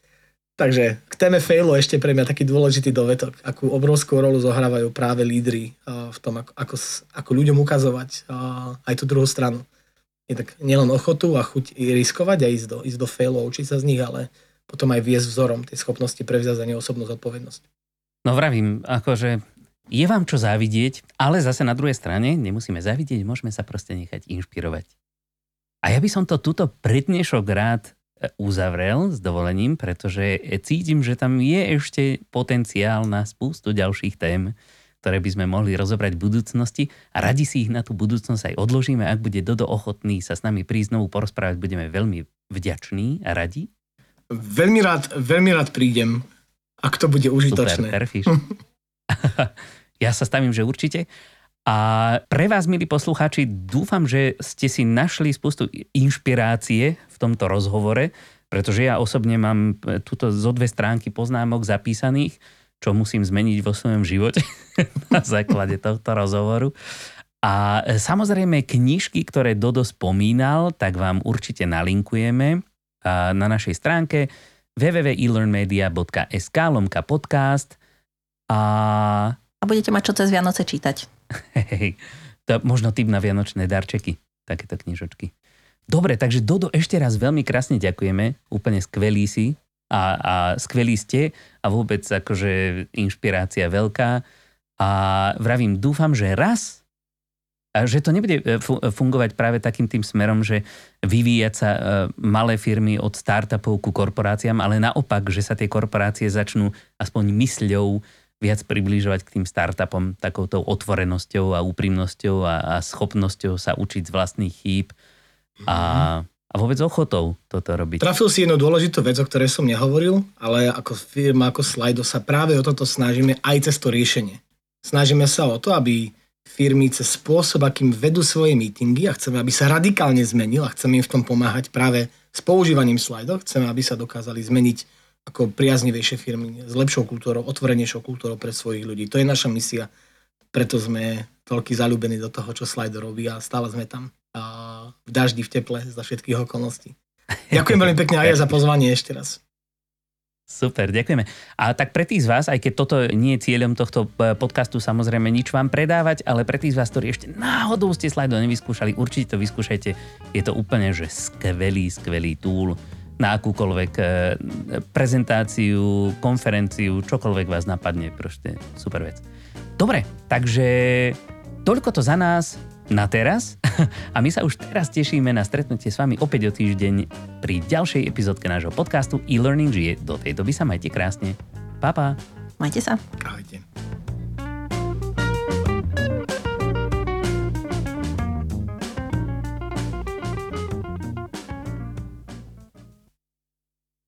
Takže k téme failu ešte pre mňa taký dôležitý dovetok, akú obrovskú rolu zohrávajú práve lídri v tom, ako ľuďom ukazovať aj tú druhú stranu. Je tak nielen ochotu a chuť riskovať a ísť do failu a učiť sa z nich, ale potom aj viesť vzorom tej schopnosti prevziať za ne osobnú zodpovednosť. No vravím, akože je vám čo závidieť, ale zase na druhej strane nemusíme závidieť, môžeme sa proste nechať inšpirovať. A ja by som to túto prednešok rád uzavrel s dovolením, pretože cítim, že tam je ešte potenciál na spústu ďalších tém, ktoré by sme mohli rozobrať v budúcnosti a radi si ich na tú budúcnosť aj odložíme. Ak bude Dodo ochotný sa s nami prísť znovu porozprávať, budeme veľmi vďační a radi. Veľmi rád prídem, ak to bude užitočné. Super, perfíš. Ja sa stavím, že určite. A pre vás, milí poslucháči, dúfam, že ste si našli spustu inšpirácie v tomto rozhovore, pretože ja osobne mám túto zo 2 stránky poznámok zapísaných, čo musím zmeniť vo svojom živote na základe tohto rozhovoru. A samozrejme knižky, ktoré Dodo spomínal, tak vám určite nalinkujeme na našej stránke www.elearnmedia.sk/podcast a budete mať čo cez Vianoce čítať. Hej, to možno tip na vianočné darčeky, takéto knižočky. Dobre, takže Dodo, ešte raz veľmi krásne ďakujeme, úplne skvelý si a skvelí ste a vôbec akože inšpirácia veľká A vravím, dúfam, že raz, a že to nebude fungovať práve takým tým smerom, že vyvíjať sa malé firmy od startupov ku korporáciám, ale naopak, že sa tie korporácie začnú aspoň mysľou viac približovať k tým startupom takouto otvorenosťou a úprimnosťou a schopnosťou sa učiť z vlastných chýb a vôbec ochotou toto robiť. Trafil si jednu dôležitú vec, o ktorej som nehovoril, ale ako firma, ako Slido sa práve o toto snažíme aj cez to riešenie. Snažíme sa o to, aby firmy cez spôsob, akým vedú svoje meetingy a chceme, aby sa radikálne zmenil a chceme im v tom pomáhať práve s používaním Slido. Chceme, aby sa dokázali zmeniť ako priaznivejšie firmy s lepšou kultúrou, otvorenejšou kultúrou pre svojich ľudí. To je naša misia. Preto sme toľky zaľúbení do toho, čo Slido robí a stále sme tam v daždi, v teple, za všetkých okolností. Ďakujem veľmi pekne aj za pozvanie ešte raz. Super, ďakujeme. A tak pre tých z vás, aj keď toto nie je cieľom tohto podcastu, samozrejme nič vám predávať, ale pre tých z vás, ktorí ešte náhodou ste Slido nevyskúšali, určite to vyskúšajte. Je to úplne, že skvelý tool na akúkoľvek prezentáciu, konferenciu, čokoľvek vás napadne. Proste super vec. Dobre, takže toľko to za nás na teraz a my sa už teraz tešíme na stretnutie s vami opäť o týždeň pri ďalšej epizódke nášho podcastu e-Learning žije. Do tej doby sa majte krásne. Pa, pa. Majte sa. Ahojte.